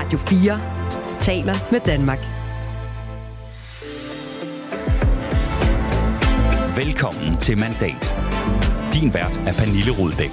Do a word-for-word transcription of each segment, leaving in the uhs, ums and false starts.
Radio fire taler med Danmark. Velkommen til Mandat. Din vært er Pernille Rudbæk.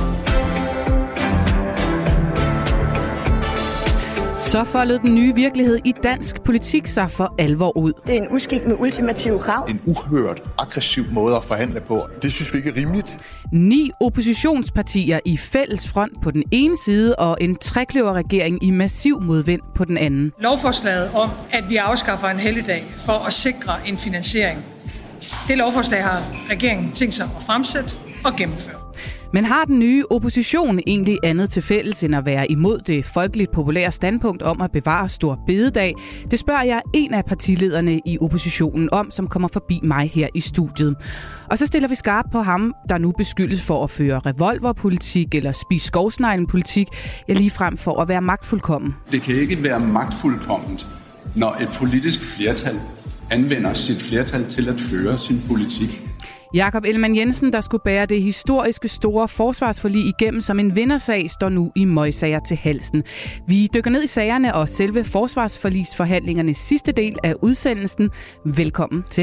Så foldede den nye virkelighed i dansk politik sig for alvor ud. Det er en uskik med ultimative krav. En uhørt, aggressiv måde at forhandle på. Det synes vi ikke er rimeligt. Ni oppositionspartier i fælles front på den ene side, og en trekløverregering i massiv modvind på den anden. Lovforslaget om, at vi afskaffer en helligdag for at sikre en finansiering. Det lovforslag har regeringen tænkt sig at fremsætte og gennemføre. Men har den nye opposition egentlig andet til fælles end at være imod det folkeligt populære standpunkt om at bevare stor bededag? Det spørger jeg en af partilederne i oppositionen om, som kommer forbi mig her i studiet. Og så stiller vi skarp på ham, der nu beskyldes for at føre revolverpolitik eller spise skovsneglenpolitik, ja ligefrem for at være magtfuldkommen. Det kan ikke være magtfuldkomment, når et politisk flertal anvender sit flertal til at føre sin politik. Jakob Ellemann-Jensen, der skulle bære det historiske store forsvarsforlig igennem som en vindersag, står nu i møgsager til halsen. Vi dykker ned i sagerne og selve forsvarsforligsforhandlingernes sidste del af udsendelsen. Velkommen til.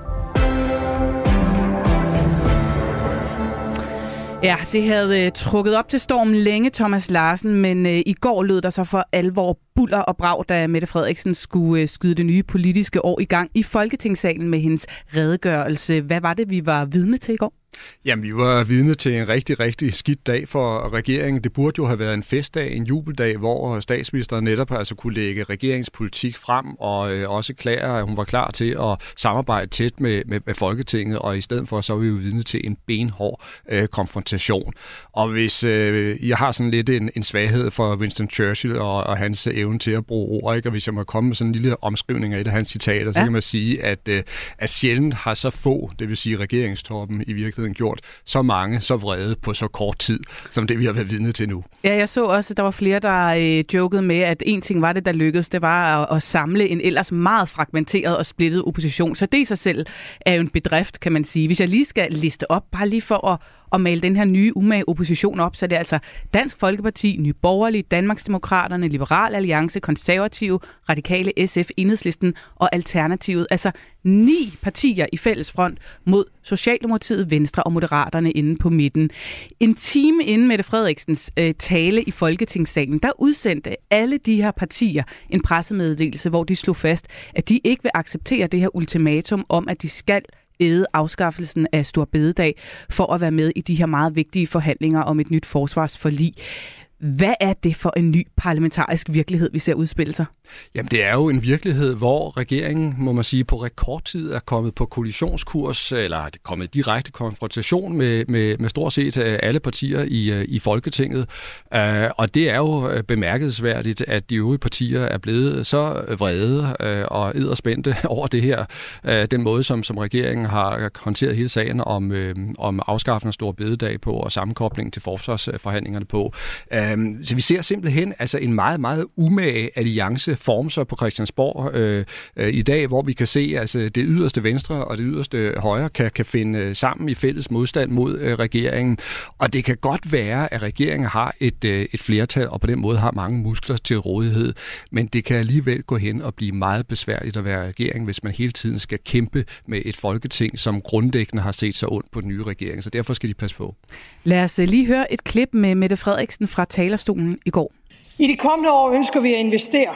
Ja, det havde uh, trukket op til stormen længe, Thomas Larsen, men uh, i går lød der så for alvor buller og brag, da Mette Frederiksen skulle uh, skyde det nye politiske år i gang i Folketingssalen med hendes redegørelse. Hvad var det, vi var vidne til i går? Jamen, vi var vidne til en rigtig, rigtig skidt dag for regeringen. Det burde jo have været en festdag, en jubeldag, hvor statsministeren netop altså kunne lægge regeringspolitik frem og øh, også klære, at hun var klar til at samarbejde tæt med, med, med Folketinget, og i stedet for så er vi jo vidne til en benhård øh, konfrontation. Og hvis øh, jeg har sådan lidt en, en svaghed for Winston Churchill og, og hans evne til at bruge ord, ikke? Og hvis jeg må komme med sådan en lille omskrivning af et af hans citater, ja. Så kan man sige, at, øh, at sjældent har så få, det vil sige regeringstoppen i virkeligheden, gjort så mange så vrede på så kort tid, som det vi har været vidne til nu. Ja, jeg så også, at der var flere, der øh, jokede med, at en ting var det, der lykkedes, det var at, at samle en ellers meget fragmenteret og splittet opposition. Så det i sig selv er jo en bedrift, kan man sige. Hvis jeg lige skal liste op, bare lige for at og male den her nye umage opposition op, så det er altså Dansk Folkeparti, Nye Borgerlige, Danmarksdemokraterne, Liberal Alliance, Konservative, Radikale, S F, Enhedslisten og Alternativet. Altså ni partier i fælles front mod Socialdemokratiet, Venstre og Moderaterne inde på midten. En time inden Mette Frederiksens øh, tale i Folketingssalen, der udsendte alle de her partier en pressemeddelelse, hvor de slog fast, at de ikke vil acceptere det her ultimatum om, at de skal æde afskaffelsen af Stor Bededag for at være med i de her meget vigtige forhandlinger om et nyt forsvarsforlig. Hvad er det for en ny parlamentarisk virkelighed, vi ser udspille sig? Jamen, det er jo en virkelighed, hvor regeringen, må man sige, på rekordtid er kommet på koalitionskurs, eller er kommet i direkte konfrontation med, med, med stort set alle partier i, i Folketinget. Uh, og det er jo bemærkelsesværdigt, at de øvrige partier er blevet så vrede uh, og edderspændte over det her. Uh, den måde, som, som regeringen har håndteret hele sagen om, uh, om afskaffelsen af Stor Bededag på og sammenkoblingen til forsvarsforhandlingerne på. Uh, Så vi ser simpelthen altså en meget, meget umage alliance forme sig på Christiansborg øh, øh, i dag, hvor vi kan se, altså det yderste venstre og det yderste højre kan, kan finde sammen i fælles modstand mod øh, regeringen. Og det kan godt være, at regeringen har et, øh, et flertal, og på den måde har mange muskler til rådighed, men det kan alligevel gå hen og blive meget besværligt at være regering, hvis man hele tiden skal kæmpe med et folketing, som grundlæggende har set sig ondt på den nye regering. Så derfor skal de passe på. Lad os lige høre et klip med Mette Frederiksen fra talerstolen i går. I de kommende år ønsker vi at investere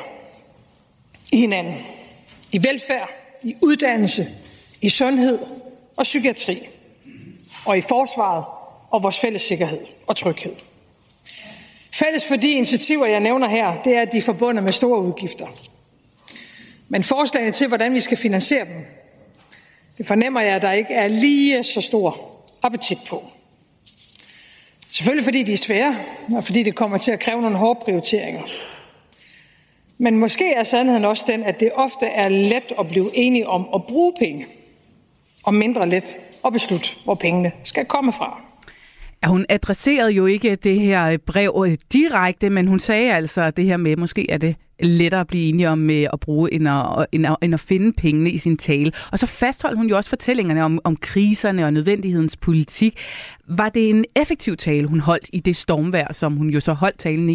i hinanden. I velfærd, i uddannelse, i sundhed og psykiatri. Og i forsvaret og vores fælles sikkerhed og tryghed. Fælles for de initiativer, jeg nævner her, det er, at de er forbundet med store udgifter. Men forslagene til, hvordan vi skal finansiere dem, det fornemmer jeg, at der ikke er lige så stor appetit på. Selvfølgelig fordi de er svære, og fordi det kommer til at kræve nogle hårde prioriteringer. Men måske er sandheden også den, at det ofte er let at blive enige om at bruge penge, og mindre let at beslutte, hvor pengene skal komme fra. Ja, hun adresserede jo ikke det her brev direkte, men hun sagde altså det her med, måske er det lettere at blive enige om at bruge, end at, end, at, end at finde pengene i sin tale. Og så fastholdt hun jo også fortællingerne om, om kriserne og nødvendighedens politik. Var det en effektiv tale, hun holdt i det stormvejr, som hun jo så holdt talen i?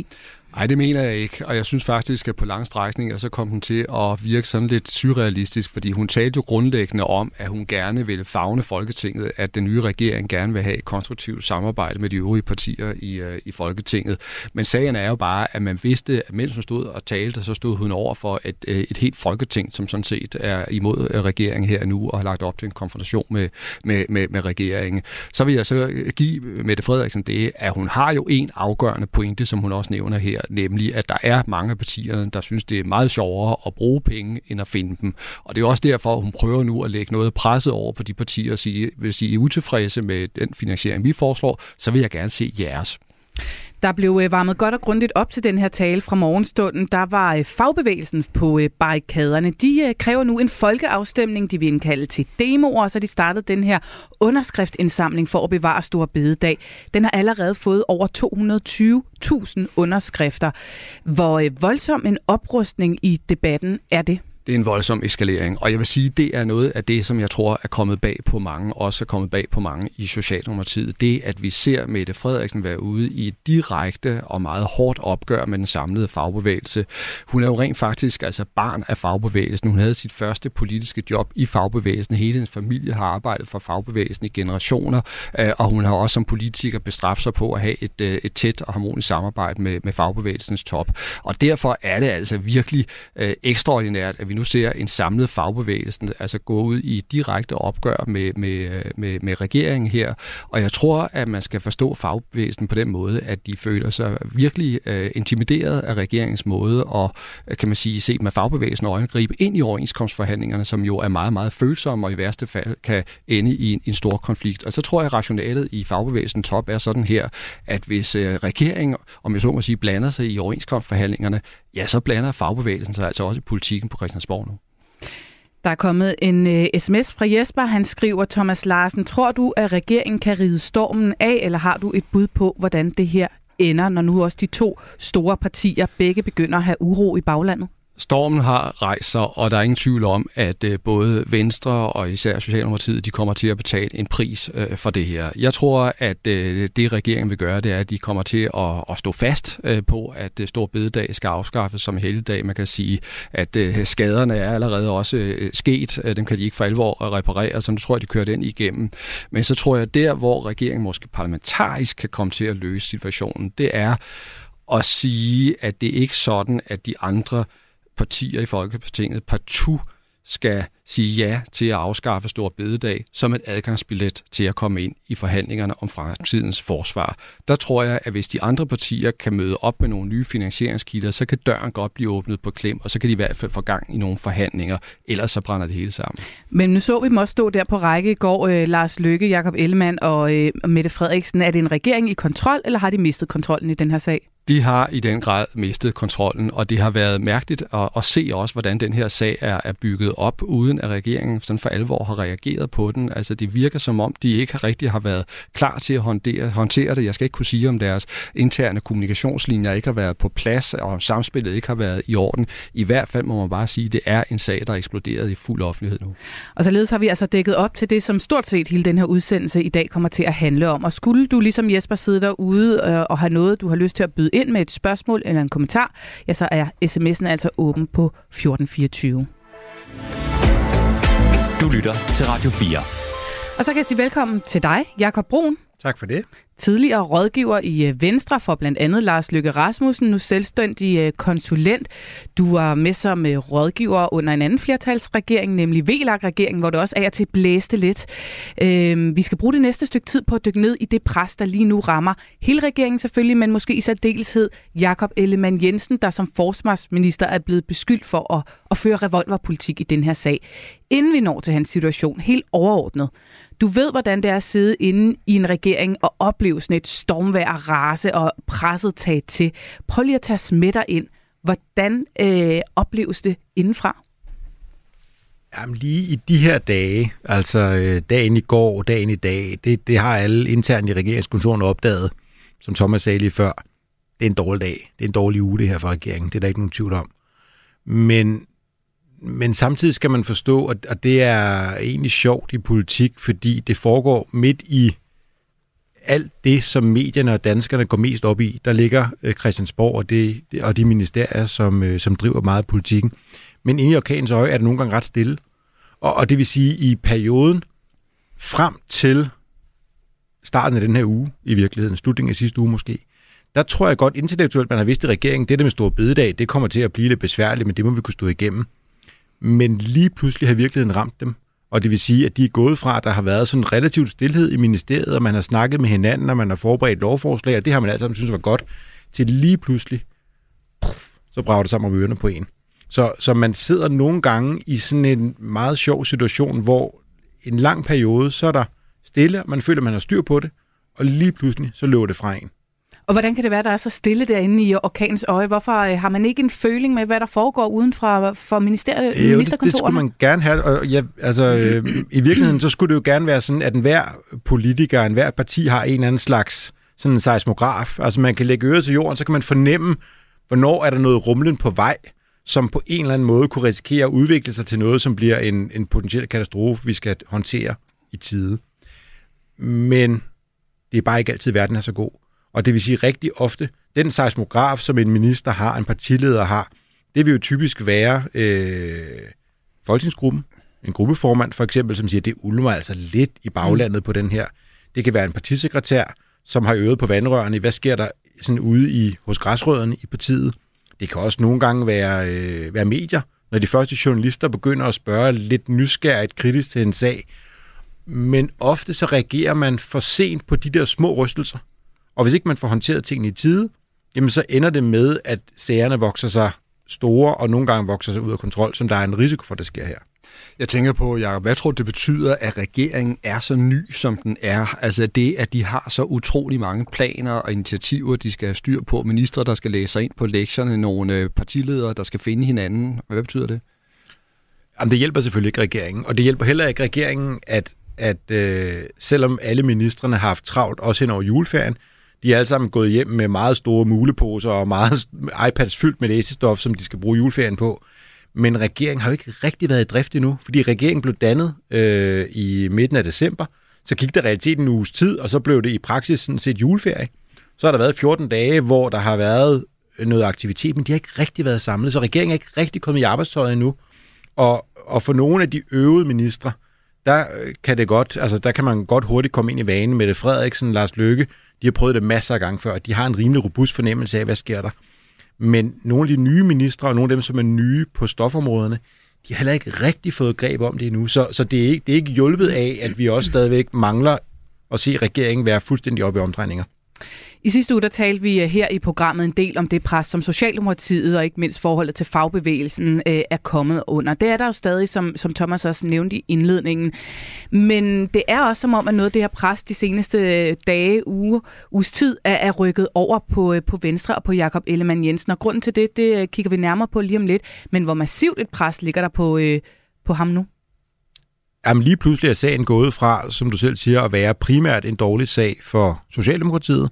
Nej, det mener jeg ikke, og jeg synes faktisk, at på lang strækning, så kom den til at virke sådan lidt surrealistisk, fordi hun talte jo grundlæggende om, at hun gerne ville favne Folketinget, at den nye regering gerne vil have et konstruktivt samarbejde med de øvrige partier i, uh, i Folketinget. Men sagen er jo bare, at man vidste, at mens hun stod og talte, så stod hun over for et, et helt Folketing, som sådan set er imod regeringen her nu, og har lagt op til en konfrontation med, med, med, med regeringen. Så vil jeg så give Mette Frederiksen det, at hun har jo en afgørende pointe, som hun også nævner her, nemlig at der er mange af partierne, der synes, det er meget sjovere at bruge penge, end at finde dem. Og det er også derfor, hun prøver nu at lægge noget presset over på de partier og sige, hvis I er utilfredse med den finansiering, vi foreslår, så vil jeg gerne se jeres. Der blev varmet godt og grundigt op til den her tale fra morgenstunden. Der var fagbevægelsen på barrikaderne. De kræver nu en folkeafstemning. De vil indkalde til demoer, så de startede den her underskriftindsamling for at bevare Store Bededag. Den har allerede fået over to hundrede og tyve tusind underskrifter. Hvor voldsom en oprustning i debatten er det? Det er en voldsom eskalering, og jeg vil sige, det er noget af det, som jeg tror er kommet bag på mange, også er kommet bag på mange i Socialdemokratiet. Det, at vi ser Mette Frederiksen være ude i et direkte og meget hårdt opgør med den samlede fagbevægelse. Hun er jo rent faktisk altså barn af fagbevægelsen. Hun havde sit første politiske job i fagbevægelsen. Hele hendes familie har arbejdet for fagbevægelsen i generationer, og hun har også som politiker bestræbt sig på at have et, et tæt og harmonisk samarbejde med, med fagbevægelsens top. Og derfor er det altså virkelig øh, ekstraordinært, at vi nu ser en samlet fagbevægelsen altså gå ud i direkte opgør med, med, med, med regeringen her. Og jeg tror, at man skal forstå fagbevægelsen på den måde, at de føler sig virkelig øh, intimideret af regeringens måde og, kan man sige, set med fagbevægelsen øjne gribe ind i overenskomstforhandlingerne, som jo er meget, meget følsomme og i værste fald kan ende i en, en stor konflikt. Og så tror jeg, at rationalet i fagbevægelsen top er sådan her, at hvis øh, regeringen, om jeg så må sige, blander sig i overenskomstforhandlingerne, ja, så blander fagbevægelsen sig altså også i politikken på Christiansborg nu. Der er kommet en uh, sms fra Jesper. Han skriver, Thomas Larsen, tror du, at regeringen kan ride stormen af, eller har du et bud på, hvordan det her ender, når nu også de to store partier begge begynder at have uro i baglandet? Stormen har rejst sig, og der er ingen tvivl om, at både Venstre og især Socialdemokratiet, de kommer til at betale en pris øh, for det her. Jeg tror, at øh, det regeringen vil gøre, det er, at de kommer til at, at stå fast øh, på, at øh, Store Bededag skal afskaffes som helligdag. Man kan sige, at øh, skaderne er allerede også øh, sket. Dem kan de ikke for alvor reparere, så nu tror jeg, de kører den igennem. Men så tror jeg, at der, hvor regeringen måske parlamentarisk kan komme til at løse situationen, det er at sige, at det ikke er sådan, at de andre partier i Folketinget partout skal sige ja til at afskaffe Store Bededag som et adgangsbillet til at komme ind i forhandlingerne om fremtidens forsvar. Der tror jeg, at hvis de andre partier kan møde op med nogle nye finansieringskilder, så kan døren godt blive åbnet på klem, og så kan de i hvert fald få gang i nogle forhandlinger, ellers så brænder det hele sammen. Men nu så vi dem også stå der på række i går, øh, Lars Løkke, Jakob Ellemann og øh, Mette Frederiksen. Er det en regering i kontrol, eller har de mistet kontrollen i den her sag? De har i den grad mistet kontrollen, og det har været mærkeligt at, at se også, hvordan den her sag er, er bygget op, uden at regeringen sådan for alvor har reageret på den. Altså, det virker som om, de ikke rigtig har været klar til at håndtere, håndtere det. Jeg skal ikke kunne sige, om deres interne kommunikationslinjer ikke har været på plads, og samspillet ikke har været i orden. I hvert fald må man bare sige, at det er en sag, der er eksploderet i fuld offentlighed nu. Og således har vi altså dækket op til det, som stort set hele den her udsendelse i dag kommer til at handle om. Og skulle du ligesom Jesper sidde derude og have noget, du har lyst til at byde ind med et spørgsmål eller en kommentar, ja, så er sms'en altså åben på fjorten fireogtyve. Du lytter til Radio fire. Og så kan jeg sige velkommen til dig, Jakob Brun. Tak for det. Tidligere rådgiver i Venstre for blandt andet Lars Løkke Rasmussen, nu selvstændig konsulent. Du var med som rådgiver under en anden flertalsregering, nemlig V L A K-regeringen, hvor det også af og til blæste lidt. Vi skal bruge det næste stykke tid på at dykke ned i det pres, der lige nu rammer hele regeringen selvfølgelig, men måske i særdeleshed Jakob Ellemann Jensen, der som forsvarsminister er blevet beskyldt for at, at føre revolverpolitik i den her sag. Inden vi når til hans situation, helt overordnet. Du ved, hvordan det er at sidde inde i en regering og opleve sådan et stormvejr, rase og presset tage til. Prøv lige at tage os med dig ind. Hvordan øh, opleves det indenfra? Jamen lige i de her dage, altså øh, dagen i går, dagen i dag, det, det har alle internt i regeringskontoren opdaget, som Thomas sagde lige før. Det er en dårlig dag. Det er en dårlig uge det her for regeringen. Det er der ikke nogen tvivl om. Men Men samtidig skal man forstå, at det er egentlig sjovt i politik, fordi det foregår midt i alt det, som medierne og danskerne går mest op i, der ligger øh, Christiansborg og, det, og de ministerier, som, øh, som driver meget af politikken. Men inde i orkanens øje er det nogle gange ret stille. Og, og det vil sige, i perioden frem til starten af den her uge, i virkeligheden, slutningen af sidste uge måske, der tror jeg godt intellektuelt, man har vidst i regeringen, det der med store bededag, det kommer til at blive lidt besværligt, men det må vi kunne stå igennem. Men lige pludselig har virkeligheden ramt dem. Og det vil sige, at de er gået fra, at der har været sådan relativt stilhed i ministeriet, og man har snakket med hinanden, og man har forberedt lovforslag, og det har man altid synes var godt, til lige pludselig, puff, så brager det sammen om ørerne på en. Så, så man sidder nogle gange i sådan en meget sjov situation, hvor en lang periode, så er der stille, og man føler, at man har styr på det, og lige pludselig, så løber det fra en. Og hvordan kan det være, at der er så stille derinde i orkanens øje? Hvorfor øh, har man ikke en føling med, hvad der foregår uden for, for ministeriet, ministerkontorerne? ministerkontorerne? Det, det skulle man gerne have. Og ja, altså, øh, i virkeligheden, så skulle det jo gerne være sådan, at enhver politiker, enhver parti har en eller anden slags sådan en seismograf. Altså man kan lægge øret til jorden, så kan man fornemme, hvornår er der noget rumlen på vej, som på en eller anden måde kunne risikere at udvikle sig til noget, som bliver en, en potentiel katastrofe, vi skal håndtere i tide. Men det er bare ikke altid, verden er så god. Og det vil sige rigtig ofte, den seismograf, som en minister har, en partileder har, det vil jo typisk være øh, folketingsgruppen, en gruppeformand for eksempel, som siger, det ulmer altså lidt i baglandet mm. på den her. Det kan være en partisekretær, som har øvet på vandrørene, hvad sker der sådan ude i, hos græsrødderne i partiet. Det kan også nogle gange være, øh, være medier, når de første journalister begynder at spørge lidt nysgerrigt kritisk til en sag. Men ofte så reagerer man for sent på de der små rystelser. Og hvis ikke man får håndteret tingene i tide, jamen så ender det med, at sagerne vokser sig store, og nogle gange vokser sig ud af kontrol, som der er en risiko for, at det sker her. Jeg tænker på, Jacob, hvad tror du, det betyder, at regeringen er så ny, som den er? Altså det, at de har så utrolig mange planer og initiativer, de skal have styr på, ministre, der skal læse sig ind på lektierne, nogle partiledere, der skal finde hinanden. Hvad betyder det? Jamen, det hjælper selvfølgelig ikke regeringen, og det hjælper heller ikke regeringen, at, at øh, selvom alle ministrene har haft travlt, også hen over juleferien, de er alle sammen gået hjem med meget store muleposer og meget iPads fyldt med læsestof, som de skal bruge juleferien på. Men regeringen har jo ikke rigtig været i drift endnu, fordi regeringen blev dannet øh, i midten af december. Så gik der realiteten en uges tid, og så blev det i praksis sådan set juleferie. Så har der været fjorten dage, hvor der har været noget aktivitet, men de har ikke rigtig været samlet, så regeringen er ikke rigtig kommet i arbejdstøjet endnu. Og, og for nogle af de øvede ministre, der kan det godt, altså der kan man godt hurtigt komme ind i vanen. Mette Frederiksen, Lars Løkke, de har prøvet det masser af gange før, og de har en rimelig robust fornemmelse af, hvad sker der. Men nogle af de nye ministre, og nogle af dem, som er nye på stofområderne, de har heller ikke rigtig fået greb om det endnu. Så, så det, er ikke, det er ikke hjulpet af, at vi også stadigvæk mangler at se regeringen være fuldstændig oppe i omdrejninger. I sidste uge der talte vi her i programmet en del om det pres, som Socialdemokratiet og ikke mindst forholdet til fagbevægelsen øh, er kommet under. Det er der jo stadig, som, som Thomas også nævnte i indledningen. Men det er også som om, at noget af det her pres de seneste dage, uge, uges tid er, er rykket over på, på Venstre og på Jakob Ellemann-Jensen. Og grunden til det, det kigger vi nærmere på lige om lidt. Men hvor massivt et pres ligger der på, øh, på ham nu? Jamen lige pludselig er sagen gået fra, som du selv siger, at være primært en dårlig sag for Socialdemokratiet,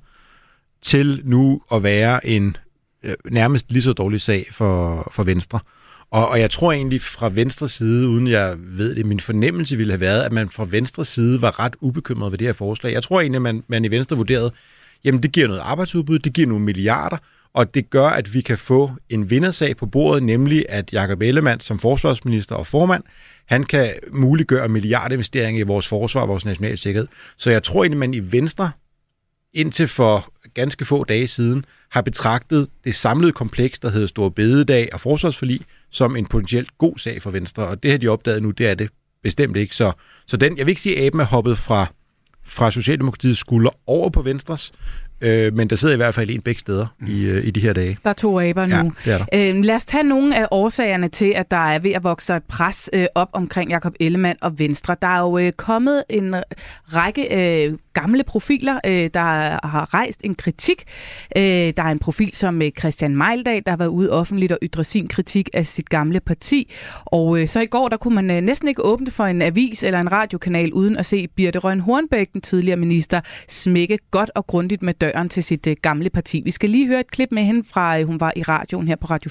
til nu at være en øh, nærmest lige så dårlig sag for, for Venstre. Og, og jeg tror egentlig fra Venstres side, uden jeg ved det, min fornemmelse ville have været, at man fra Venstres side var ret ubekymret ved det her forslag. Jeg tror egentlig, at man, man i Venstre vurderede, jamen det giver noget arbejdsudbud, det giver nogle milliarder, og det gør, at vi kan få en vindersag på bordet, nemlig at Jakob Ellemann som forsvarsminister og formand, han kan muliggøre milliardinvesteringer i vores forsvar og vores nationale sikkerhed. Så jeg tror egentlig, at man i Venstre indtil for ganske få dage siden har betragtet det samlede kompleks, der hedder Store Bededag og forsvarsforlig, som en potentielt god sag for Venstre. Og det har de opdaget nu, det er det bestemt ikke. Så, så den, jeg vil ikke sige, at aben er hoppet fra, fra Socialdemokratiets skulder over på Venstres, øh, men der sidder i hvert fald en begge steder i, øh, i de her dage. Der er to aber nu. Ja, det er der. Øh, lad os tage nogle af årsagerne til, at der er ved at vokse et pres øh, op omkring Jakob Ellemann og Venstre. Der er jo øh, kommet en række øh, gamle profiler, øh, der har rejst en kritik. Øh, der er en profil som øh, Christian Meildag, der har været ude offentligt og ytre sin kritik af sit gamle parti. Og øh, så i går, der kunne man øh, næsten ikke åbne for en avis eller en radiokanal, uden at se Birthe Rønn Hornbech, den tidligere minister, smække godt og grundigt med døren til sit øh, gamle parti. Vi skal lige høre et klip med hende fra, øh, hun var i radioen her på Radio fire.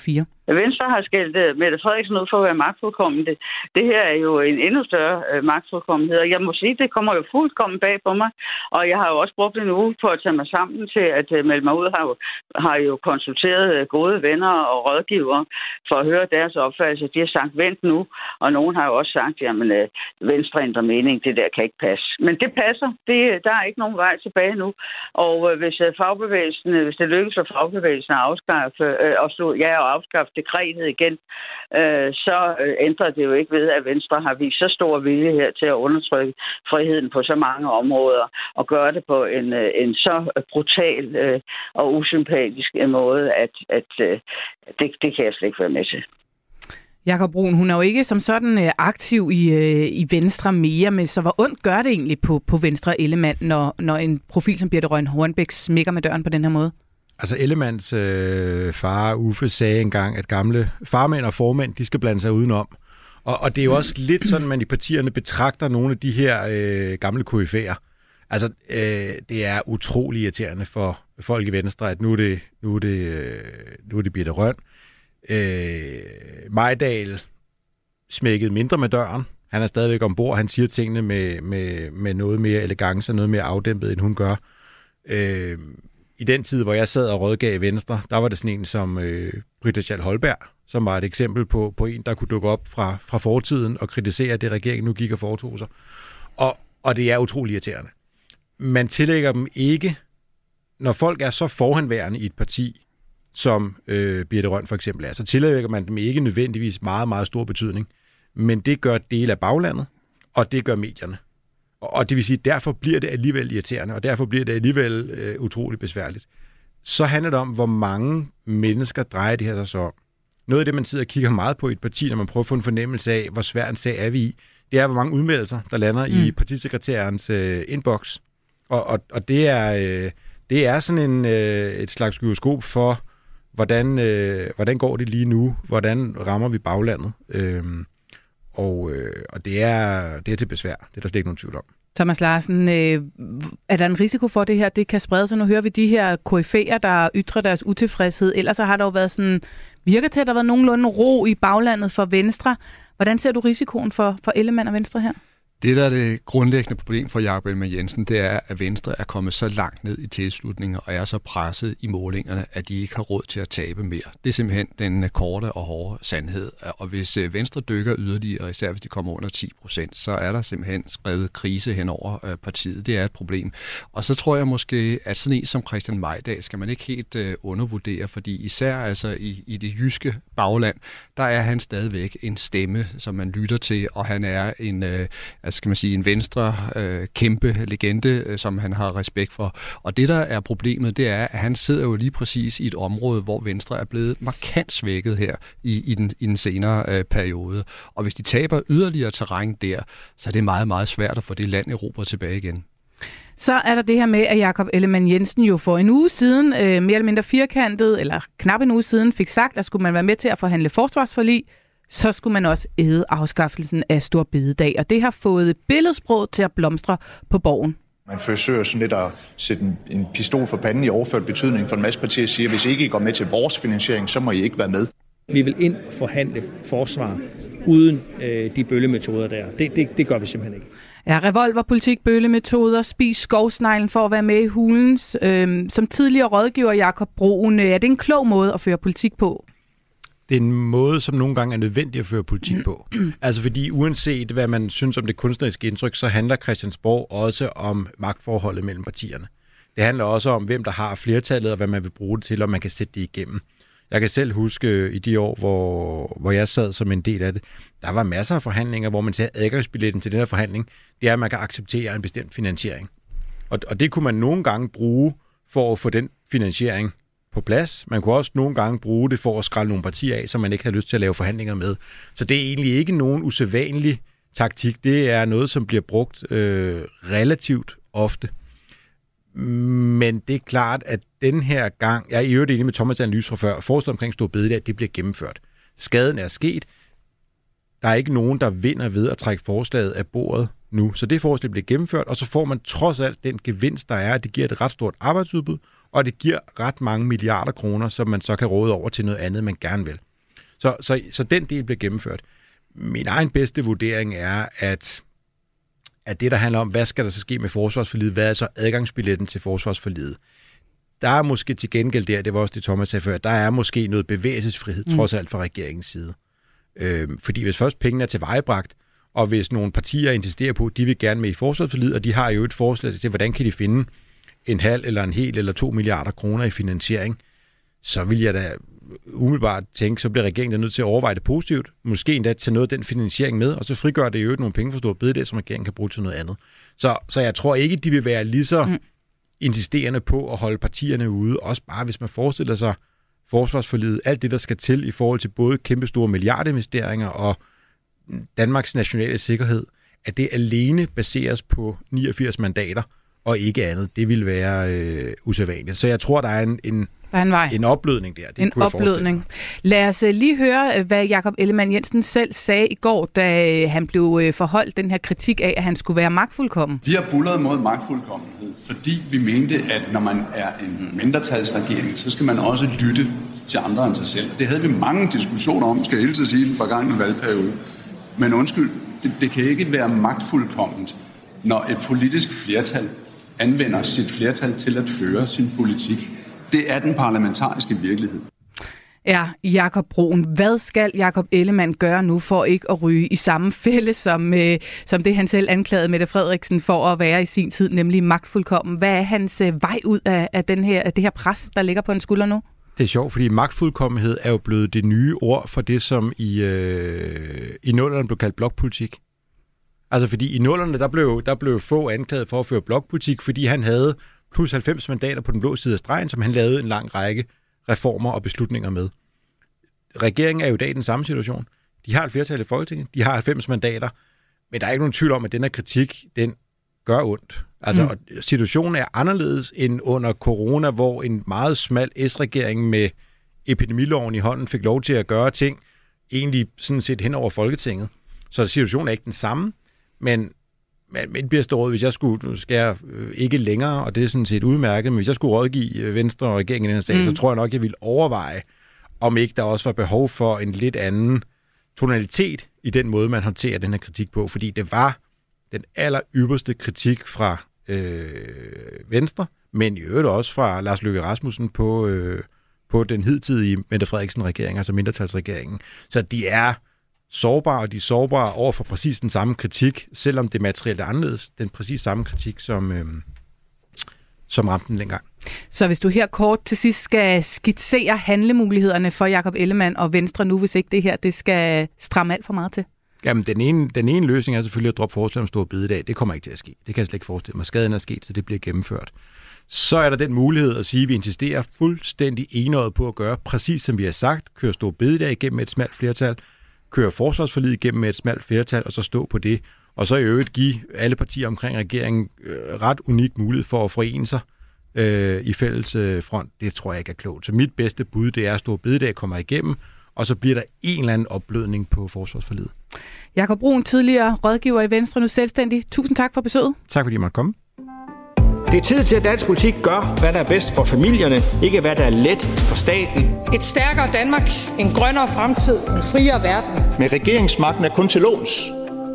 Venstre har skældt Mette Frederiksen ud for at være magtfuldkommen. Det, det her er jo en endnu større øh, magtfuldkommenhed, og jeg må sige, det kommer jo fuldkommen bag på mig, og jeg har jo også brugt en uge på at tage mig sammen til at øh, melde mig ud, har jo, har jo konsulteret øh, gode venner og rådgivere for at høre deres opfattelse. De har sagt, vent nu, og nogen har jo også sagt, jamen øh, Venstre ændrer mening, det der kan ikke passe. Men det passer, det, der er ikke nogen vej tilbage nu, og øh, hvis øh, fagbevægelsen, hvis det lykkes for fagbevægelsen at afskaffe, øh, og slå, ja, og afskaffe dekretet igen, øh, så øh, ændrer det jo ikke ved, at Venstre har vist så stor vilje her til at undertrykke friheden på så mange områder, og gøre det på en, øh, en så brutal øh, og usympatisk måde, at, at øh, det, det kan jeg slet ikke være med til. Jakob Brun, hun er jo ikke som sådan øh, aktiv i, øh, i Venstre mere, men så hvor ondt gør det egentlig på, på Venstre Ellemann, når, når en profil som Birthe Rønn Hornbech smækker med døren på den her måde? Altså Ellemanns øh, far Uffe sagde engang, at gamle farmænd og formænd, de skal blande sig udenom. Og, og det er jo også lidt sådan, man i partierne betragter nogle af de her øh, gamle koryfæer. Altså, øh, det er utrolig irriterende for folk i Venstre, at nu er det, nu er det, øh, nu er det Birthe Rønn. Øh, Mejdal smækkede mindre med døren. Han er stadigvæk ombord. Han siger tingene med, med, med noget mere elegance og noget mere afdæmpet, end hun gør. Øh, I den tid, hvor jeg sad og rådgav i Venstre, der var det sådan en som øh, Britta Schall Holberg, som var et eksempel på, på en, der kunne dukke op fra, fra fortiden og kritisere det, regeringen nu gik og foretog sig. Og, og det er utrolig irriterende. Man tillægger dem ikke, når folk er så forhenværende i et parti, som øh, Birthe Rønn for eksempel er, så tillægger man dem ikke nødvendigvis meget, meget stor betydning. Men det gør del af baglandet, og det gør medierne. Og, og det vil sige, derfor bliver det alligevel irriterende, og derfor bliver det alligevel øh, utroligt besværligt. Så handler det om, hvor mange mennesker drejer det her så om. Noget af det, man sidder og kigger meget på i et parti, når man prøver at få en fornemmelse af, hvor svær en sag er vi i, det er, hvor mange udmeldelser, der lander mm. i partisekretærens øh, inbox. Og, og, og det, er, øh, det er sådan en, øh, et slags gyroskop for, hvordan, øh, hvordan går det lige nu, hvordan rammer vi baglandet. Øh, og, øh, og det er, det er til besvær, det er der slet ikke nogen tvivl om. Thomas Larsen, øh, er der en risiko for det her, det kan sprede sig? Nu hører vi de her koryfæer, der ytrer deres utilfredshed. Ellers har der jo været sådan, virker til, at der har været nogenlunde ro i baglandet for Venstre. Hvordan ser du risikoen for, for Ellemann og Venstre her? Det, der er det grundlæggende problem for Jakob Ellemann-Jensen, det er, at Venstre er kommet så langt ned i tilslutninger og er så presset i målingerne, at de ikke har råd til at tabe mere. Det er simpelthen den korte og hårde sandhed. Og hvis Venstre dykker yderligere, især hvis de kommer under ti procent, så er der simpelthen skrevet krise hen over partiet. Det er et problem. Og så tror jeg måske, at sådan en som Christian Mejdal skal man ikke helt undervurdere, fordi især altså i, i det jyske bagland, der er han stadigvæk en stemme, som man lytter til, og han er en altså skal man sige, en venstre øh, kæmpe legende, øh, som han har respekt for. Og det, der er problemet, det er, at han sidder jo lige præcis i et område, hvor Venstre er blevet markant svækket her i, i, den, i den senere øh, periode. Og hvis de taber yderligere terræn der, så er det meget, meget svært at få det land erobret tilbage igen. Så er der det her med, at Jakob Ellemann-Jensen jo for en uge siden, øh, mere eller mindre firkantet, eller knap en uge siden, fik sagt, at skulle man være med til at forhandle forsvarsforlig, så skulle man også æde afskaffelsen af Store Bededag. Og det har fået billedsproget til at blomstre på Borgen. Man forsøger sådan lidt at sætte en, en pistol for panden i overført betydning for en masse partier, siger, hvis ikke I går med til vores finansiering, så må I ikke være med. Vi vil ind og forhandle forsvar uden øh, de bøllemetoder der. Det, det, det gør vi simpelthen ikke. Ja, revolverpolitik, bøllemetoder, spis skovsneglen for at være med i hulen. Øhm, som tidligere rådgiver Jakob Brun, er det en klog måde at føre politik på? Det er en måde, som nogle gange er nødvendig at føre politik på. Altså fordi uanset hvad man synes om det kunstneriske indtryk, så handler Christiansborg også om magtforholdet mellem partierne. Det handler også om, hvem der har flertallet, og hvad man vil bruge det til, og man kan sætte det igennem. Jeg kan selv huske i de år, hvor, hvor jeg sad som en del af det, der var masser af forhandlinger, hvor man sagde, at adgangsbilletten til den her forhandling, det er, at man kan acceptere en bestemt finansiering. Og, og det kunne man nogle gange bruge for at få den finansiering på plads. Man kunne også nogle gange bruge det for at skrælle nogle partier af, som man ikke har lyst til at lave forhandlinger med. Så det er egentlig ikke nogen usædvanlig taktik. Det er noget, som bliver brugt øh, relativt ofte. Men det er klart, at den her gang, jeg er i øvrigt enig med Thomas' analyse fra før, forslaget omkring Store Bededag, det bliver gennemført. Skaden er sket. Der er ikke nogen, der vinder ved at trække forslaget af bordet nu. Så det forslag bliver gennemført, og så får man trods alt den gevinst, der er, at det giver et ret stort arbejdsudbud, og det giver ret mange milliarder kroner, som man så kan råde over til noget andet, man gerne vil. Så, så, så den del bliver gennemført. Min egen bedste vurdering er, at, at det, der handler om, hvad skal der så ske med forsvarsforliget, hvad er så adgangsbilletten til forsvarsforliget? Der er måske til gengæld der, det var også det Thomas sagde før, der er måske noget bevægelsesfrihed, mm. trods alt fra regeringens side. Øh, fordi hvis først pengene er tilvejebragt, og hvis nogle partier insisterer på, at de vil gerne med i forsvarsforliget, og de har jo et forslag til, hvordan kan de finde en halv eller en hel eller to milliarder kroner i finansiering, så vil jeg da umiddelbart tænke, så bliver regeringen der nødt til at overveje det positivt, måske endda tage noget af den finansiering med, og så frigør det jo nogle penge for store bededag, som regeringen kan bruge til noget andet. Så, så jeg tror ikke, de vil være lige så mm. insisterende på at holde partierne ude, også bare hvis man forestiller sig forsvarsforliget, alt det, der skal til i forhold til både kæmpestore milliardinvesteringer og Danmarks nationale sikkerhed, at det alene baseres på niogfirs mandater og ikke andet. Det vil være øh, usædvanligt. Så jeg tror, der er en, en, der er en, vej. en opblødning der. Det en opblødning. Lad os lige høre, hvad Jakob Ellemann-Jensen selv sagde i går, da han blev forholdt den her kritik af, at han skulle være magtfuldkommen. Vi har buldret mod magtfuldkommenhed, fordi vi mente, at når man er en mindretalsregering, så skal man også lytte til andre end sig selv. Det havde vi mange diskussioner om, skal jeg hele tiden sige, den forgangne valgperiode. Men undskyld, det, det kan ikke være magtfuldkomment, når et politisk flertal anvender sit flertal til at føre sin politik. Det er den parlamentariske virkelighed. Ja, Jakob Bruun. Hvad skal Jakob Ellemann gøre nu for ikke at ryge i samme fælde, som, øh, som det han selv anklagede Mette Frederiksen for at være i sin tid, nemlig magtfuldkommen? Hvad er hans øh, vej ud af, af, den her, af det her pres, der ligger på en skulder nu? Det er sjovt, fordi magtfuldkommenhed er jo blevet det nye ord for det, som i, øh, i nullerne blev kaldt blokpolitik. Altså fordi i nullerne, der blev, der blev få anklaget for at føre blokpolitik, fordi han havde plus halvfems mandater på den blå side af stregen, som han lavede en lang række reformer og beslutninger med. Regeringen er jo i dag i den samme situation. De har et flertal i Folketinget, de har halvfems mandater, men der er ikke nogen tvivl om, at den her kritik, den gør ondt. Altså mm. situationen er anderledes end under corona, hvor en meget smal S-regering med epidemiloven i hånden fik lov til at gøre ting, egentlig sådan set hen over Folketinget. Så situationen er ikke den samme, men Men mit bedste råd, hvis jeg skulle, nu skal jeg ikke længere, og det er sådan set udmærket, men hvis jeg skulle rådgive Venstre og regeringen i den her sag, mm. så tror jeg nok, jeg ville overveje, om ikke der også var behov for en lidt anden tonalitet i den måde, man håndterer den her kritik på. Fordi det var den aller ypperste kritik fra øh, Venstre, men i øvrigt også fra Lars Løkke Rasmussen på, øh, på den hidtidige Mette Frederiksen-regering, altså mindretalsregeringen. Så de er sårbare, og de er sårbare over for præcis den samme kritik, selvom det materielt er anderledes, den præcis samme kritik, som, øh, som ramte den dengang. Så hvis du her kort til sidst skal skitsere handlemulighederne for Jakob Ellemann og Venstre nu, hvis ikke det her det skal stramme alt for meget til? Jamen, den ene, den ene løsning er selvfølgelig at droppe forslag om store bededag. Det kommer ikke til at ske. Det kan jeg slet ikke forestille mig. Skaden er sket, så det bliver gennemført. Så er der den mulighed at sige, at vi insisterer fuldstændig enøjet på at gøre præcis som vi har sagt, køre store bededag igennem med et smalt flertal, køre forsvarsforliget igennem med et smalt flertal, og så stå på det. Og så i øvrigt give alle partier omkring regeringen øh, ret unik mulighed for at forene sig øh, i fælles øh, front. Det tror jeg ikke er klogt. Så mit bedste bud, det er, at store bededag kommer igennem, og så bliver der en eller anden opblødning på forsvarsforliget. Jakob Bruun, tidligere rådgiver i Venstre, nu selvstændig. Tusind tak for besøget. Tak fordi I måtte komme. Det er tid til, at dansk politik gør, hvad der er bedst for familierne, ikke hvad der er let for staten. Et stærkere Danmark, en grønnere fremtid, en friere verden. Men regeringsmagten er kun til låns.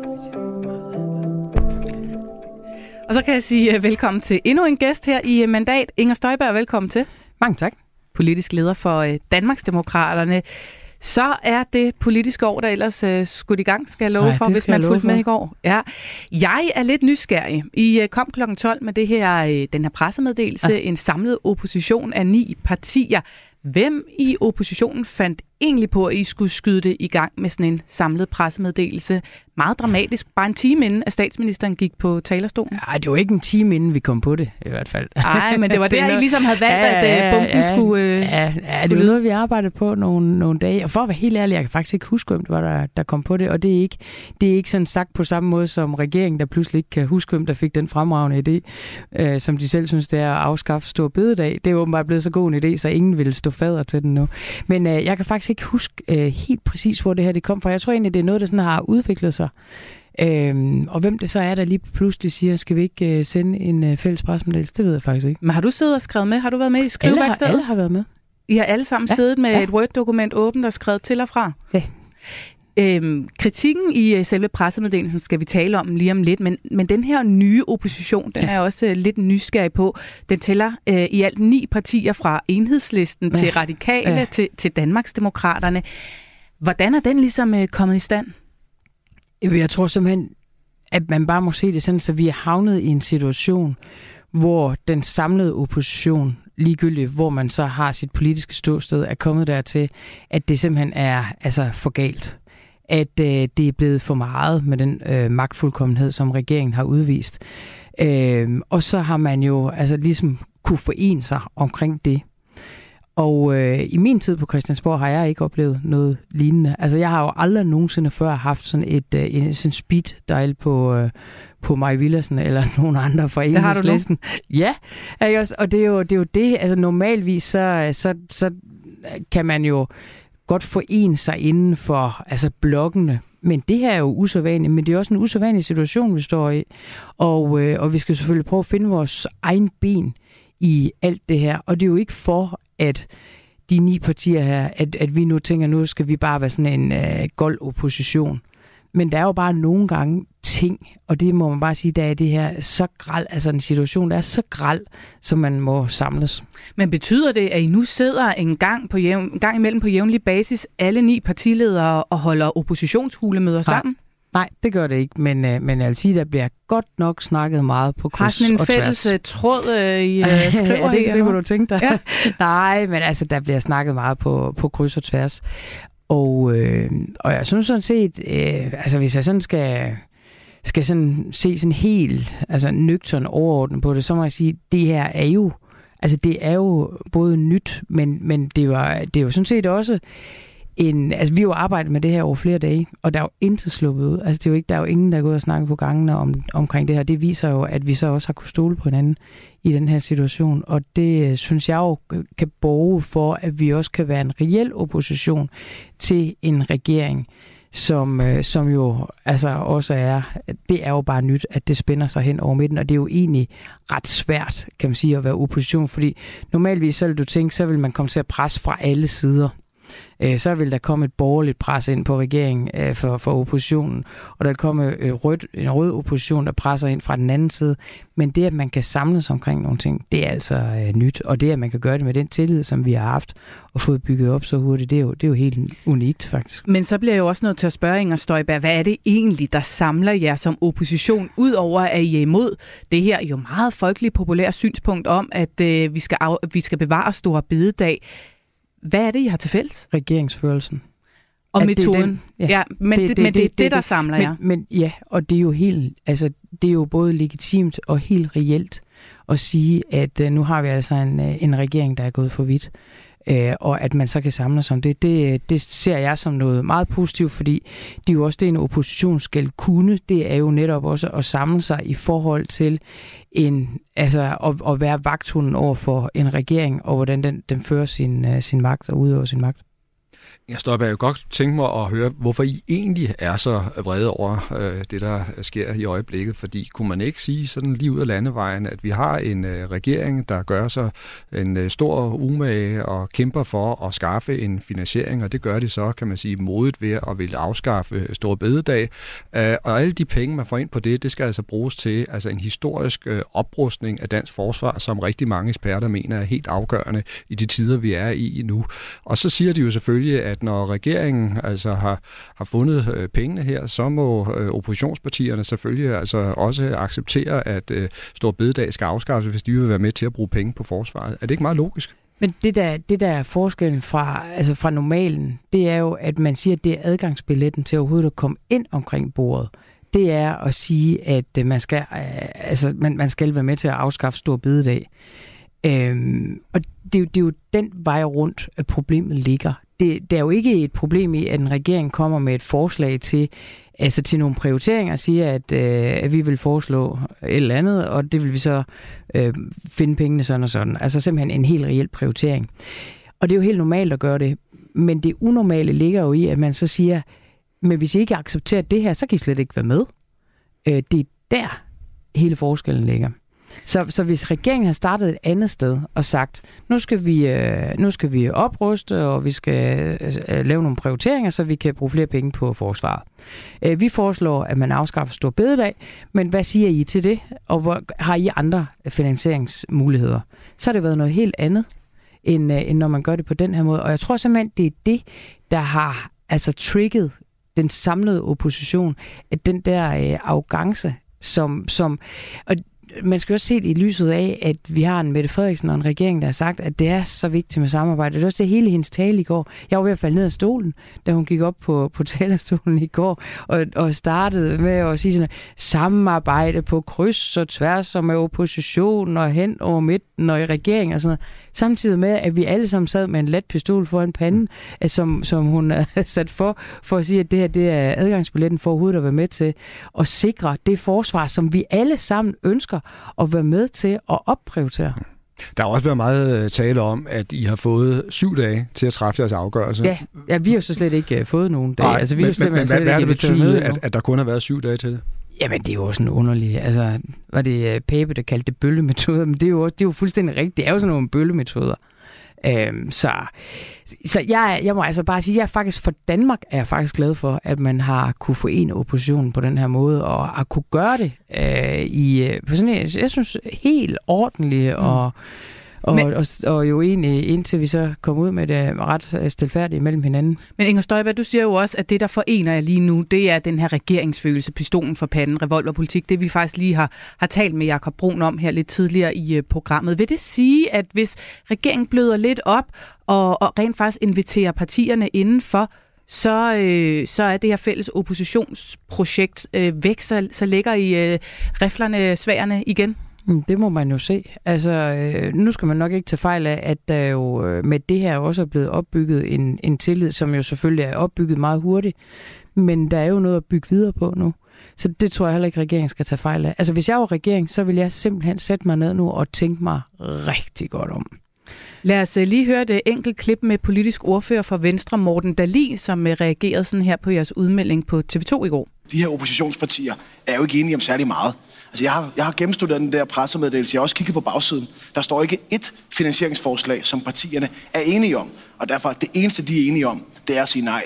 Og så kan jeg sige velkommen til endnu en gæst her i Mandat. Inger Støjberg, velkommen til. Mange tak. Politisk leder for Danmarksdemokraterne. Så er det politiske år, der ellers uh, skudt i gang, skal jeg love Nej, for, hvis man fulgte med i går. Ja. Jeg er lidt nysgerrig. I uh, kom klokken tolv med det her, uh, den her pressemeddelelse, ja. En samlet opposition af ni partier. Hvem i oppositionen fandt egentlig på, at I skulle skyde det i gang med sådan en samlet pressemeddelelse? Meget dramatisk. Bare en time inden, at statsministeren gik på talerstolen. Nej, det var ikke en time inden, vi kom på det, i hvert fald. Nej, men det var der, I ligesom havde valgt, ja, at uh, bunken ja, skulle... Uh, ja, ja, det var noget, vi arbejdede på nogle, nogle dage. Og for at være helt ærlig, jeg kan faktisk ikke huske, hvem det var, der, der kom på det. Og det er, ikke, det er ikke sådan sagt på samme måde som regeringen, der pludselig ikke kan huske, hvem der fik den fremragende idé, uh, som de selv synes, det er at afskaffe store bededag. Det er åbenbart blevet så god en idé, så ingen ville stå fader til den nu. Men uh, jeg kan faktisk ikke huske uh, helt præcis, hvor det her det kom fra. Jeg tror egentlig, det er noget, der sådan har udviklet sig. Øhm, og hvem det så er, der lige pludselig siger, skal vi ikke uh, sende en uh, fælles pressemeddelelse? Det ved jeg faktisk ikke. Men har du siddet og skrevet med? Har du været med i skriveværkstedet? Alle, alle har været med. I har alle sammen ja. siddet med ja. et Word-dokument åbent og skrevet til og fra. Ja. Øhm, kritikken i uh, selve pressemeddelelsen skal vi tale om lige om lidt, men, men den her nye opposition, den ja. er også uh, lidt nysgerrig på. Den tæller uh, i alt ni partier fra Enhedslisten ja. til Radikale ja. til, til Danmarksdemokraterne. Hvordan er den ligesom uh, kommet i stand? Jeg tror simpelthen, at man bare må se det sådan, så vi er havnet i en situation, hvor den samlede opposition, ligegyldigt hvor man så har sit politiske ståsted, er kommet dertil, at det simpelthen er altså for galt. At øh, det er blevet for meget med den øh, magtfuldkommenhed, som regeringen har udvist. Øh, og så har man jo altså ligesom kunne forene sig omkring det. Og øh, i min tid på Christiansborg har jeg ikke oplevet noget lignende. Altså jeg har jo aldrig nogensinde før haft sådan et øh, en, sådan speed dial på øh, på Mai Villadsen eller nogen andre fra Enhedslisten. Ja, og det er jo det er jo det. Altså normalvis så så så kan man jo godt forene sig inden for altså blokkene. Men det her er jo usædvanligt, men det er også en usædvanlig situation, vi står i. Og, øh, og vi skal selvfølgelig prøve at finde vores egen ben i alt det her. Og det er jo ikke for, at de ni partier her, at, at vi nu tænker, nu skal vi bare være sådan en øh, gold opposition. Men der er jo bare nogle gange ting, og det må man bare sige, der er det her så græld, altså en situation, der er så græld, som man må samles. Men betyder det, at I nu sidder en gang, på jævn, en gang imellem på jævnlig basis, alle ni partiledere og holder oppositionshulemøder sammen? Nej, det gør det ikke, men, øh, men jeg vil sige, der bliver godt nok snakket meget på kryds og tværs. Har sådan en fælles tråd, øh, I øh, skriver ja, det, det kunne du tænke dig. Ja. Nej, men altså, der bliver snakket meget på, på kryds og tværs. Og, øh, og jeg synes sådan set, øh, altså hvis jeg sådan skal, skal sådan se sådan helt altså nøgtern overordnet på det, så må jeg sige, det her er jo, altså det er jo både nyt, men, men det, var, det er jo sådan set også en, altså vi har jo arbejdet med det her over flere dage, og der er jo intet sluppet ud. Altså det er jo ikke, der er jo ingen, der er gået og snakket på gangene om, omkring det her. Det viser jo, at vi så også har kunnet stole på hinanden i den her situation, og det synes jeg jo kan borge for, at vi også kan være en reel opposition til en regering, som, som jo altså også er, det er jo bare nyt, at det spænder sig hen over midten, og det er jo egentlig ret svært, kan man sige, at være opposition, fordi normalvis så vil du tænke, så vil man komme til at presse fra alle sider. Så vil der komme et borgerligt pres ind på regeringen for, for oppositionen, og der vil komme rød, en rød opposition, der presser ind fra den anden side. Men det, at man kan samles omkring nogle ting, det er altså uh, nyt, og det, at man kan gøre det med den tillid, som vi har haft og fået bygget op så hurtigt, det er jo, det er jo helt unikt faktisk. Men så bliver jeg jo også nødt til at spørge Inger Støjberg, hvad er det egentlig, der samler jer som opposition, udover at I er imod det her jo meget folkeligt populære synspunkt om, at uh, vi, skal af, vi skal bevare store bededag. Hvad er det, I har til fælles? Regeringsførelsen. Og at metoden. Det den, ja, ja, men det, det, det, men det, det er det, det, der det, samler jer. Men, men ja, og det er jo helt, altså det er jo både legitimt og helt reelt at sige, at uh, nu har vi altså en, en regering, der er gået for vidt. Uh, og at man så kan samle sig om det, det, det ser jeg som noget meget positivt, fordi det er jo også det, en opposition skal kunne. Det er jo netop også at samle sig i forhold til en, altså at, at være vagthunden over for en regering, og hvordan den, den fører sin, uh, sin magt og udøver sin magt. Jeg stopper jo godt tænke mig at høre, hvorfor I egentlig er så vrede over øh, det, der sker i øjeblikket. Fordi kunne man ikke sige sådan lige ud af landevejen, at vi har en øh, regering, der gør sig en øh, stor umage og kæmper for at skaffe en finansiering, og det gør de så, kan man sige, modigt ved at ville afskaffe Store Bededag. Øh, og alle de penge, man får ind på det, det skal altså bruges til altså en historisk øh, oprustning af dansk forsvar, som rigtig mange eksperter mener er helt afgørende i de tider, vi er i nu. Og så siger de jo selvfølgelig, at når regeringen altså har, har fundet øh, pengene her, så må øh, oppositionspartierne selvfølgelig altså også acceptere, at øh, Store Bededag skal afskaffes, hvis de vil være med til at bruge penge på forsvaret. Er det ikke meget logisk? Men det der, det der er forskellen fra, altså fra normalen, det er jo, at man siger, at det er adgangsbilletten til overhovedet at komme ind omkring bordet. Det er at sige, at man skal, øh, altså, man, man skal være med til at afskaffe Store Bededag. Øhm, og det, det er jo den vej rundt, at problemet ligger. Det, det er jo ikke et problem i, at en regering kommer med et forslag til, altså til nogle prioriteringer og siger, at, øh, at vi vil foreslå et eller andet, og det vil vi så øh, finde pengene sådan og sådan. Altså simpelthen en helt reel prioritering. Og det er jo helt normalt at gøre det. Men det unormale ligger jo i, at man så siger, men hvis I ikke accepterer det her, så kan I slet ikke være med. Øh, det er der hele forskellen ligger. Så, så hvis regeringen har startet et andet sted og sagt, nu skal vi, øh, nu skal vi opruste, og vi skal øh, lave nogle prioriteringer, så vi kan bruge flere penge på forsvaret. Øh, vi foreslår, at man afskaffer store bededag, men hvad siger I til det? Og hvor, har I andre finansieringsmuligheder? Så har det været noget helt andet, end, øh, end når man gør det på den her måde. Og jeg tror simpelthen, det er det, der har altså trigget den samlede opposition, at den der øh, arrogance, som, som og man skal også se det i lyset af, at vi har en Mette Frederiksen og en regering, der har sagt, at det er så vigtigt med samarbejde. Det er også det hele hendes tale i går. Jeg var ved at falde ned af stolen, da hun gik op på, på talerstolen i går, og, og startede med at sige sådan, samarbejde på kryds og tværs og med opposition og hen over midten og i regering og sådan noget. Samtidig med, at vi alle sammen sad med en let pistol foran panden, som, som hun er sat for, for at sige, at det her det er adgangsbilletten for overhovedet at være med til at sikre det forsvar, som vi alle sammen ønsker at være med til at opprioritere. Der har også været meget tale om, at I har fået syv dage til at træffe jeres afgørelse. Ja, ja vi har jo så slet ikke fået nogen dage. Nej, altså, vi men, jo men, men hvad, hvad det betyder, at, at der kun har været syv dage til det? Jamen, det er jo sådan underligt. Altså, var det Pape, der kaldte det bøllemetoder? Men det er jo, det er jo fuldstændig rigtigt. Det er jo sådan nogle bøllemetoder. Øhm, så så jeg, jeg må altså bare sige, at jeg faktisk for Danmark er jeg faktisk glad for, at man har kunne forene oppositionen på den her måde, og har kunne gøre det øh, i på sådan en, jeg synes, helt ordentligt og mm. Og, men, og, og jo egentlig indtil vi så kom ud med det ret stilfærdigt mellem hinanden. Men Inger Støjberg, du siger jo også, at det, der forener jer lige nu, det er den her regeringsfølelse, pistolen for panden, revolverpolitik. Det vi faktisk lige har, har talt med Jakob Brun om her lidt tidligere i uh, programmet. Vil det sige, at hvis regeringen bløder lidt op og, og rent faktisk inviterer partierne indenfor, så, øh, så er det her fælles oppositionsprojekt øh, væk, så, så ligger I øh, riflerne sværene igen? Det må man jo se. Altså, øh, nu skal man nok ikke tage fejl af, at der jo øh, med det her også er blevet opbygget en, en tillid, som jo selvfølgelig er opbygget meget hurtigt. Men der er jo noget at bygge videre på nu. Så det tror jeg heller ikke, regeringen skal tage fejl af. Altså, hvis jeg var regering, så ville jeg simpelthen sætte mig ned nu og tænke mig rigtig godt om. Lad os lige høre et enkelt klip med politisk ordfører for Venstre, Morten Dahlin, som reagerede sådan her på jeres udmelding på T V to i går. De her oppositionspartier er jo ikke enige om særlig meget. Altså, jeg har, jeg har gennemstuderet den der pressemeddelelse. Jeg har også kigget på bagsiden. Der står ikke ét finansieringsforslag, som partierne er enige om. Og derfor det eneste, de er enige om, det er at sige nej.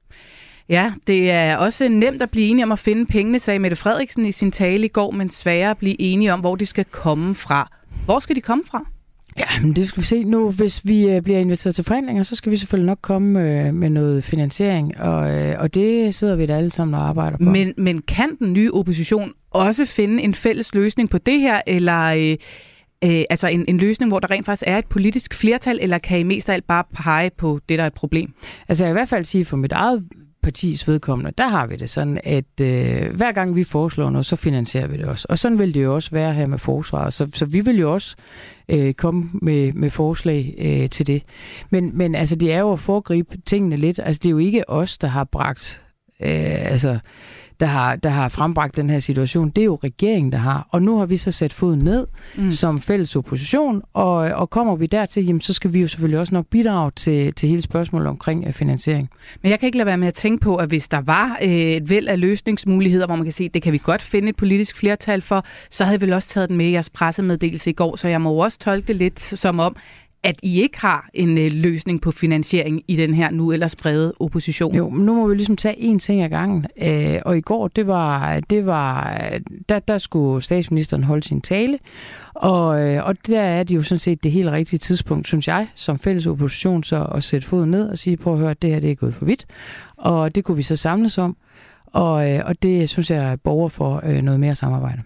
Ja, det er også nemt at blive enige om at finde pengene, sagde Mette Frederiksen i sin tale i går, men sværere at blive enige om, hvor de skal komme fra. Hvor skal de komme fra? Ja, men det skal vi se nu. Hvis vi bliver inviteret til forhandlinger, så skal vi selvfølgelig nok komme øh, med noget finansiering, og, øh, og det sidder vi da alle sammen og arbejder på. Men, men kan den nye opposition også finde en fælles løsning på det her, eller øh, øh, altså en, en løsning, hvor der rent faktisk er et politisk flertal, eller kan I mest af alt bare pege på det, der er et problem? Altså jeg vil i hvert fald sige for mit eget partis vedkommende, der har vi det sådan, at øh, hver gang vi foreslår noget, så finansierer vi det også. Og sådan vil det jo også være her med forsvaret. Så, så vi vil jo også øh, komme med, med forslag øh, til det. Men, men altså, det er jo at foregribe tingene lidt. Altså, det er jo ikke os, der har bragt, øh, altså, der har, der har frembragt den her situation. Det er jo regeringen, der har. Og nu har vi så sat foden ned mm. som fælles opposition, og, og kommer vi dertil, jamen, så skal vi jo selvfølgelig også nok bidrage til, til hele spørgsmålet omkring uh, finansiering. Men jeg kan ikke lade være med at tænke på, at hvis der var øh, et væld af løsningsmuligheder, hvor man kan sige, det kan vi godt finde et politisk flertal for, så havde vi vel også taget den med i jeres pressemeddelelse i går, så jeg må også tolke det lidt som om, at I ikke har en øh, løsning på finansiering i den her nu ellers brede opposition. Jo, men nu må vi ligesom tage én ting ad gangen. Øh, og i går, det var, det var der, der skulle statsministeren holde sin tale, og, øh, og der er det jo sådan set det helt rigtige tidspunkt, synes jeg, som fælles opposition, så at sætte foden ned og sige, prøv at høre, det her det er gået for vidt. Og det kunne vi så samles om, og, øh, og det synes jeg borger for øh, noget mere samarbejde.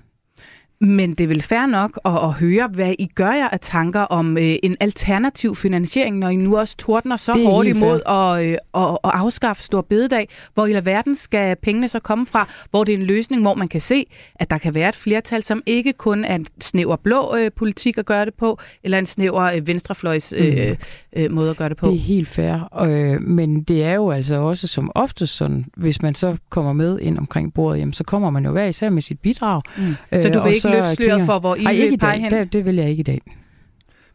Men det er vel fair nok at, at høre, hvad I gør jer af tanker om øh, en alternativ finansiering, når I nu også tordner så hårdt imod at, øh, at, at afskaffe Store Bededag, hvor i alverden skal pengene så komme fra, hvor det er en løsning, hvor man kan se, at der kan være et flertal, som ikke kun er en snæver blå øh, politik at gøre det på, eller en snæver øh, venstrefløjs øh, øh, måde at gøre det på. Det er helt fair, øh, men det er jo altså også som oftest sådan, hvis man så kommer med ind omkring bordet, jamen, så kommer man jo hver især med sit bidrag. Mm. Så du vil ikke løfte sløret for, hvor I Ej, vil pege hen? Det, det vil jeg ikke i dag.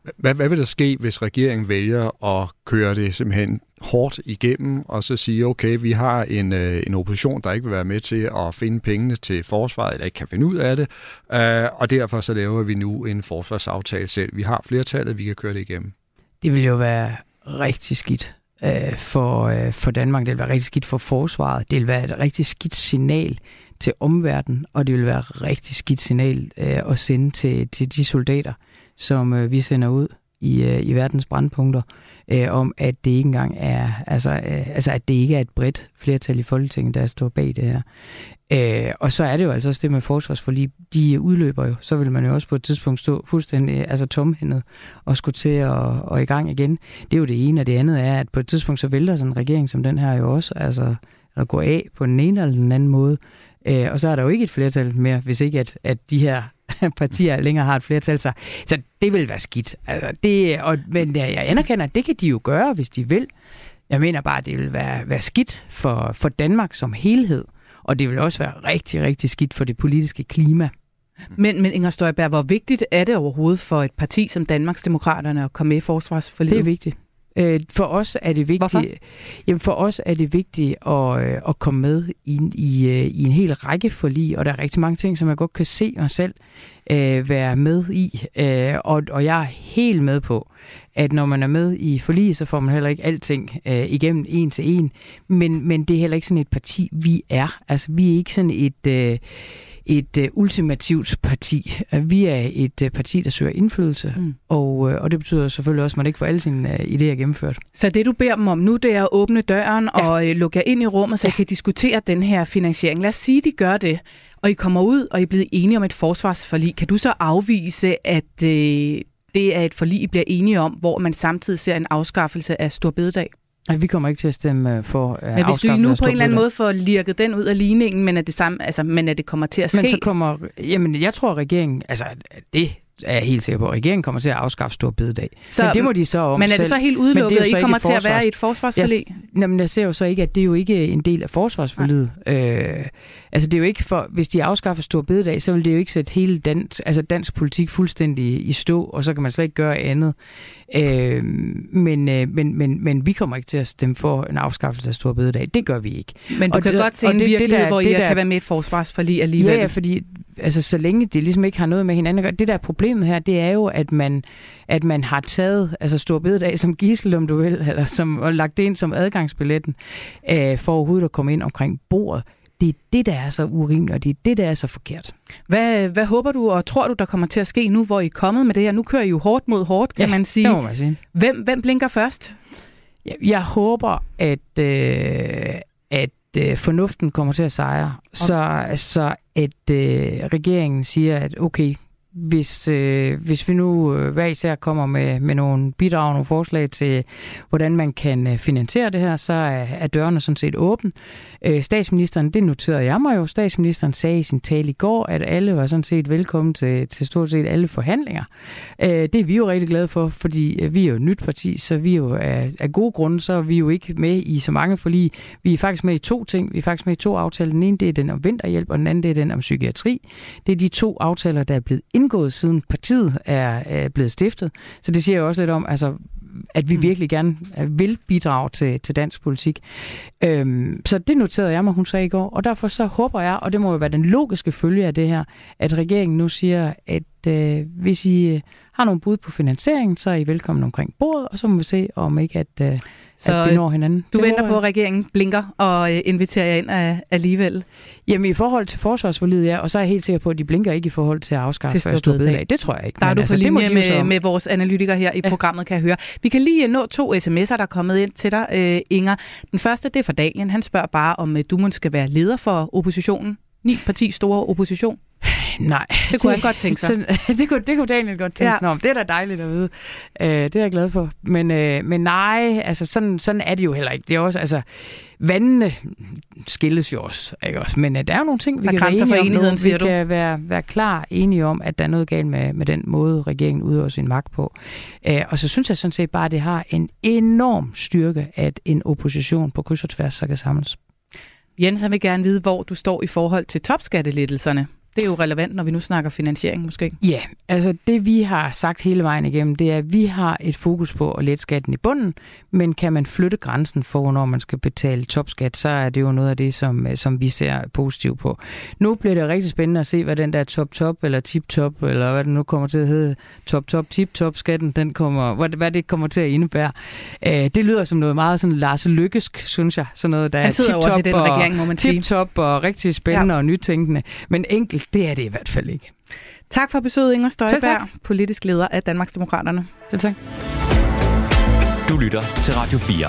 Hvad, hvad vil der ske, hvis regeringen vælger at køre det simpelthen hårdt igennem, og så sige, okay, vi har en, øh, en opposition, der ikke vil være med til at finde pengene til forsvaret, eller ikke kan finde ud af det, øh, og derfor så laver vi nu en forsvarsaftale selv. Vi har flertallet, vi kan køre det igennem. Det vil jo være rigtig skidt øh, for, øh, for Danmark. Det vil være rigtig skidt for forsvaret. Det vil være et rigtig skidt signal til omverdenen, og det vil være et rigtig skidt signal øh, at sende til, til de soldater, som øh, vi sender ud i, øh, i verdens brandpunkter, øh, om at det ikke engang er, altså, øh, altså at det ikke er et bredt flertal i Folketinget, der står bag det her. Øh, og så er det jo altså også det med forsvarsforlig, de udløber jo, så vil man jo også på et tidspunkt stå fuldstændig altså tomhændet og skulle til at og i gang igen. Det er jo det ene, og det andet er, at på et tidspunkt så vælter sådan en regering som den her jo også, altså at gå af på den ene eller den anden måde. Øh, og så er der jo ikke et flertal mere, hvis ikke at, at de her partier længere har et flertal. Så, så det vil være skidt. Altså, det, og, men jeg anerkender, at det kan de jo gøre, hvis de vil. Jeg mener bare, at det vil være, være skidt for, for Danmark som helhed. Og det vil også være rigtig, rigtig skidt for det politiske klima. Men, men Inger Støjberg, hvor vigtigt er det overhovedet for et parti som Danmarksdemokraterne at komme med i forsvarsforliget? Det er vigtigt. For os er det vigtigt, jamen for os er det vigtigt at, at komme med i, i, i en hel række forlig, og der er rigtig mange ting, som jeg godt kan se mig selv øh, være med i. Øh, og, og jeg er helt med på, at når man er med i forlig, så får man heller ikke alting øh, igennem en til en. Men, men det er heller ikke sådan et parti, vi er. Altså, vi er ikke sådan et... Øh, et uh, ultimativt parti. Vi er et uh, parti, der søger indflydelse, mm. og, uh, og det betyder selvfølgelig også, at man ikke får alle sine uh, idéer gennemført. Så det, du beder dem om nu, det er at åbne døren ja. og uh, lukke jer ind i rummet, så ja. I kan diskutere den her finansiering. Lad os sige, at de gør det, og I kommer ud, og I er blevet enige om et forsvarsforlig. Kan du så afvise, at uh, det er et forlig, I bliver enige om, hvor man samtidig ser en afskaffelse af Store Bededag? Nej, vi kommer ikke til at stemme for uh, Men hvis du nu på en eller anden måde får lirket den ud af ligningen, men at det, samme, altså, men at det kommer til at ske? Men så kommer, jamen jeg tror, at regeringen, altså det er jeg helt sikker på, at regeringen kommer til at afskaffe Store Bededag. Så, men det må de så om Men er det så helt udelukket, at I kommer til at være i et forsvarsforlig? Jeg, jamen jeg ser jo så ikke, at det er jo ikke en del af forsvarsforliget. Øh, altså det er jo ikke for, hvis de afskaffer Store Bededag, så vil det jo ikke sætte hele dansk, altså dansk politik fuldstændig i stå, og så kan man slet ikke gøre andet. Øh, men, øh, men, men, men vi kommer ikke til at stemme for en afskaffelse af Store Bededag. Det gør vi ikke. Men du og kan det, godt se en det, virkelighed, det der, hvor I der, kan være med et forsvarsforlig alligevel. Ja, ja, fordi altså, så længe det ligesom ikke har noget med hinanden at gøre. Det der problemet her, det er jo, at man, at man har taget altså Store Bededag som gidsel, om du vil, eller som, og lagt det ind som adgangsbilletten øh, for overhovedet at komme ind omkring bordet. Det er det, der er så urimeligt, og det er det, der er så forkert. Hvad, hvad håber du og tror du, der kommer til at ske nu, hvor I er kommet med det her? Nu kører I jo hårdt mod hårdt, kan ja, man sige. Det må man sige. Hvem, hvem blinker først? Jeg, jeg håber, at, øh, at øh, fornuften kommer til at sejre. Okay. Så, så at øh, regeringen siger, at okay, hvis, øh, hvis vi nu øh, hver især kommer med, med nogle bidrag, nogle forslag til, hvordan man kan øh, finansiere det her, så er, er dørene sådan set åbne. Øh, statsministeren, det noterede jeg mig jo, statsministeren sagde i sin tale i går, at alle var sådan set velkommen til, til stort set alle forhandlinger. Øh, det er vi jo rigtig glade for, fordi øh, vi er jo et nyt parti, så vi er jo af, af gode grunde, så er vi jo ikke med i så mange forlig. Vi er faktisk med i to ting. Vi er faktisk med i to aftaler. Den ene, det er den om vinterhjælp, og den anden, det er den om psykiatri. Det er de to aftaler, der er blevet indgået, siden partiet er, er blevet stiftet. Så det siger jo også lidt om, altså, at vi virkelig gerne vil bidrage til, til dansk politik. Øhm, så det noterede jeg mig, hun sagde i går, og derfor så håber jeg, og det må jo være den logiske følge af det her, at regeringen nu siger, at øh, hvis I har nogle bud på finansieringen, så er I velkommen omkring bordet, og så må vi se, om ikke at, øh, så at vi når hinanden. Du det venter på, at regeringen blinker og øh, inviterer jer ind af, alligevel? Jamen i forhold til forsvarsforliget, ja, og så er jeg helt sikker på, at de blinker ikke i forhold til at afskaffe Store Bededag. Det tror jeg ikke. Der er du altså, på linje med, med vores analytikere her i ja. programmet, kan jeg høre. Vi kan lige nå to sms'er, der er kommet ind til dig, øh, Inger. Den første, det er fra Daniel. Han spørger bare, om du må skal være leder for oppositionen. Ni parti store opposition. Nej. Det kunne han godt tænke sig. Sådan, det, kunne, det kunne Daniel godt tænke sig ja. om. Det er da dejligt at vide. Uh, det er jeg glad for. Men, uh, men nej, altså sådan, sådan er det jo heller ikke. Det er også, altså, vandene skilles jo også, ikke også? Men uh, der er jo nogle ting, vi der kan være enige om. Vi kan være, være klar enige om, at der er noget galt med, med den måde, regeringen udøver sin magt på. Uh, og så synes jeg sådan set bare, at det har en enorm styrke, at en opposition på kryds og tværs så kan samles. Jens, han vil gerne vide, hvor du står i forhold til topskattelettelserne. Det er jo relevant, når vi nu snakker finansiering måske. Ja, altså det vi har sagt hele vejen igennem, det er, at vi har et fokus på at lette skatten i bunden, men kan man flytte grænsen for, hvornår man skal betale topskat, så er det jo noget af det, som, som vi ser positivt på. Nu bliver det rigtig spændende at se, hvad den der top-top eller tip-top, eller hvad det nu kommer til at hedde, top-top, tip-top-skatten, den kommer, hvad, hvad det kommer til at indebære. Det lyder som noget meget sådan Lars Løkkesk, synes jeg. Sådan noget, der Han sidder er også i den regering, må man sige. Tip-top og rigtig spændende ja. og nytænkende. Men enkelt, det er det i hvert fald ikke. Tak for besøget, Inger Støjberg, politisk leder af Danmarksdemokraterne. Selv tak. Du lytter til Radio fire.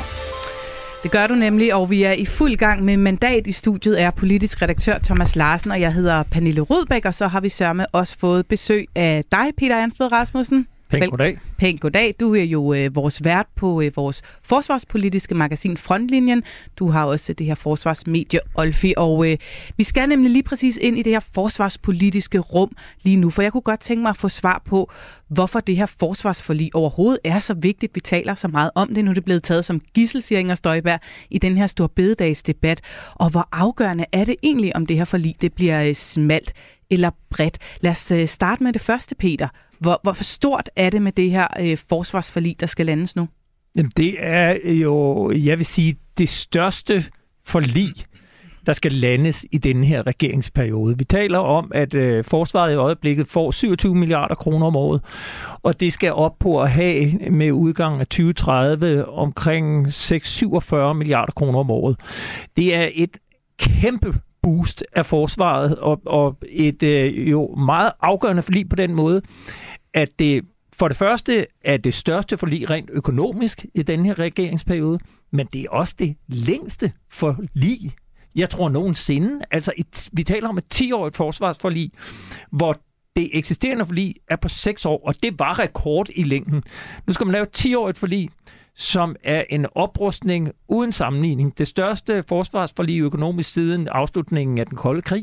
Det gør du nemlig, og vi er i fuld gang med Mandat. I studiet er politisk redaktør Thomas Larsen, og jeg hedder Pernille Rudbæk, og så har vi sørme også fået besøg af dig, Peter Ernstved Rasmussen. Pænt goddag. Pænt goddag. Du er jo øh, vores vært på øh, vores forsvarspolitiske magasin Frontlinjen. Du har også det her forsvarsmedie Olfi, og øh, vi skal nemlig lige præcis ind i det her forsvarspolitiske rum lige nu, for jeg kunne godt tænke mig at få svar på, hvorfor det her forsvarsforlig overhovedet er så vigtigt. Vi taler så meget om det. Nu er det blevet taget som gidsel, siger Inger Støjberg, i den her store bededagsdebat. Og hvor afgørende er det egentlig, om det her forlig det bliver øh, smalt eller bredt? Lad os øh, starte med det første, Peter. Hvor, hvor stort er det med det her øh, forsvarsforlig, der skal landes nu? Jamen, det er jo, jeg vil sige, det største forlig, der skal landes i denne her regeringsperiode. Vi taler om, at øh, forsvaret i øjeblikket får syvogtyve milliarder kroner om året, og det skal op på at have med udgangen af tyve tredive omkring seks til syvogfyrre milliarder kroner om året. Det er et kæmpe boost af forsvaret, og, og et øh, jo meget afgørende forlig på den måde, at det for det første er det største forlig rent økonomisk i den her regeringsperiode, men det er også det længste forlig, jeg tror nogensinde. Altså, et, vi taler om et ti-årigt forsvarsforlig, hvor det eksisterende forlig er på seks år, og det var rekord i længden. Nu skal man lave et ti-årigt forlig, som er en oprustning uden sammenligning. Det største forsvarsforlig økonomisk siden afslutningen af den kolde krig.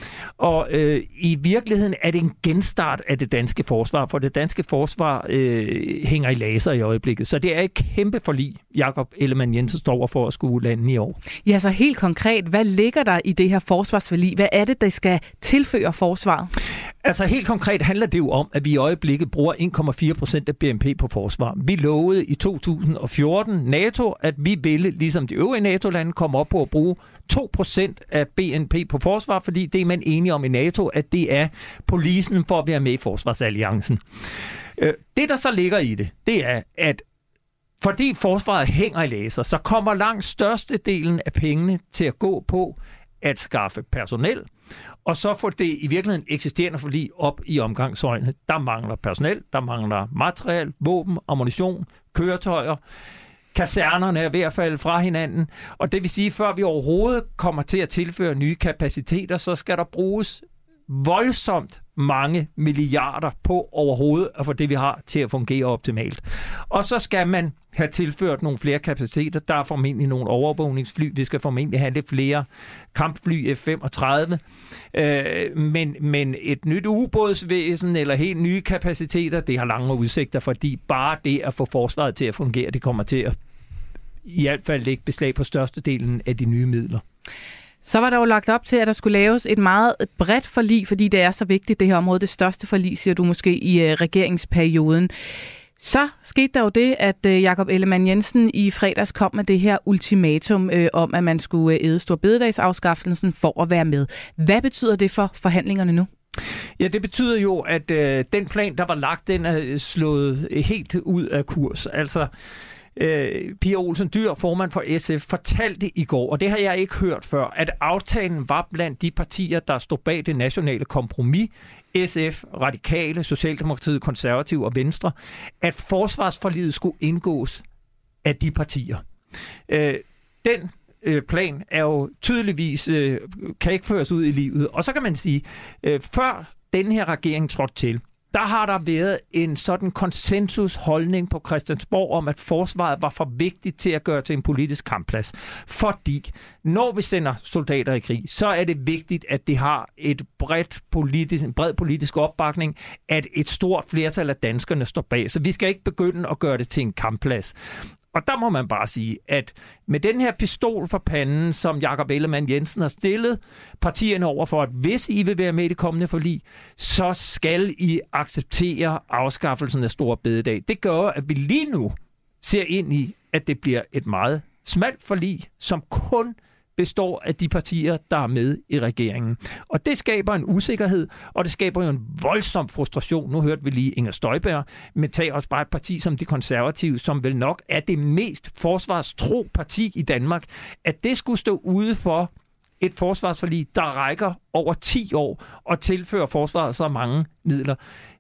Og øh, i virkeligheden er det en genstart af det danske forsvar, for det danske forsvar øh, hænger i laser i øjeblikket. Så det er et kæmpe forlig, Jakob Ellemann-Jensen står for at skulle lande i år. Ja, så helt konkret, hvad ligger der i det her forsvarsforlig? Hvad er det, der skal tilføre forsvaret? Altså helt konkret handler det jo om, at vi i øjeblikket bruger en komma fire procent af B N P på forsvar. Vi lovede i to tusind og fjorten NATO, at vi ville, ligesom de øvrige NATO-lande, komme op på at bruge to procent af B N P på forsvar, fordi det er man enige om i NATO, at det er policen for at være med i forsvarsalliancen. Det, der så ligger i det, det er, at fordi forsvaret hænger i laser, så kommer langt størstedelen af pengene til at gå på at skaffe personel, og så får det i virkeligheden eksisterende forlig op i omgangshøjene. Der mangler personel, der mangler materiel, våben, ammunition, køretøjer. Kasernerne er ved at falde fra hinanden, og det vil sige, at før vi overhovedet kommer til at tilføre nye kapaciteter, så skal der bruges voldsomt mange milliarder på overhovedet at få det, vi har, til at fungere optimalt. Og så skal man have tilført nogle flere kapaciteter. Der er formentlig nogle overvågningsfly. Vi skal formentlig have lidt flere kampfly F femogtredive. Øh, men, men et nyt ubådsvæsen eller helt nye kapaciteter, det har lange udsigter, fordi bare det at få forsvaret til at fungere, det kommer til at i hvert fald lægge beslag på størstedelen af de nye midler. Så var der jo lagt op til, at der skulle laves et meget bredt forlig, fordi det er så vigtigt, det her område. Det største forlig, siger du måske, i uh, regeringsperioden. Så skete der jo det, at uh, Jakob Ellemann-Jensen i fredags kom med det her ultimatum uh, om, at man skulle uh, æde store bededagsafskaffelsen for at være med. Hvad betyder det for forhandlingerne nu? Ja, det betyder jo, at øh, den plan, der var lagt, den er slået helt ud af kurs. Altså, øh, Pia Olsen Dyhr, formand for S F, fortalte i går, og det har jeg ikke hørt før, at aftalen var blandt de partier, der stod bag det nationale kompromis, S F, Radikale, Socialdemokratiet, Konservative og Venstre, at forsvarsforliget skulle indgås af de partier. Øh, den plan er jo tydeligvis, øh, kan ikke føres ud i livet. Og så kan man sige, øh, før den her regering trådte til, der har der været en sådan konsensusholdning på Christiansborg om, at forsvaret var for vigtigt til at gøre til en politisk kampplads. Fordi når vi sender soldater i krig, så er det vigtigt, at det har et bredt politisk, en bred politisk opbakning, at et stort flertal af danskerne står bag. Så vi skal ikke begynde at gøre det til en kampplads. Og der må man bare sige, at med den her pistol for panden, som Jakob Ellemann-Jensen har stillet partierne over for, at hvis I vil være med i det kommende forlig, så skal I acceptere afskaffelsen af store bededag. Det gør, at vi lige nu ser ind i, at det bliver et meget smalt forlig, som kun består af de partier, der er med i regeringen. Og det skaber en usikkerhed, og det skaber jo en voldsom frustration. Nu hørte vi lige Inger Støjberg, men tag også bare et parti som De Konservative, som vel nok er det mest forsvarstro parti i Danmark, at det skulle stå ude for et forsvarsforlig, der rækker over ti år og tilfører forsvaret så mange midler.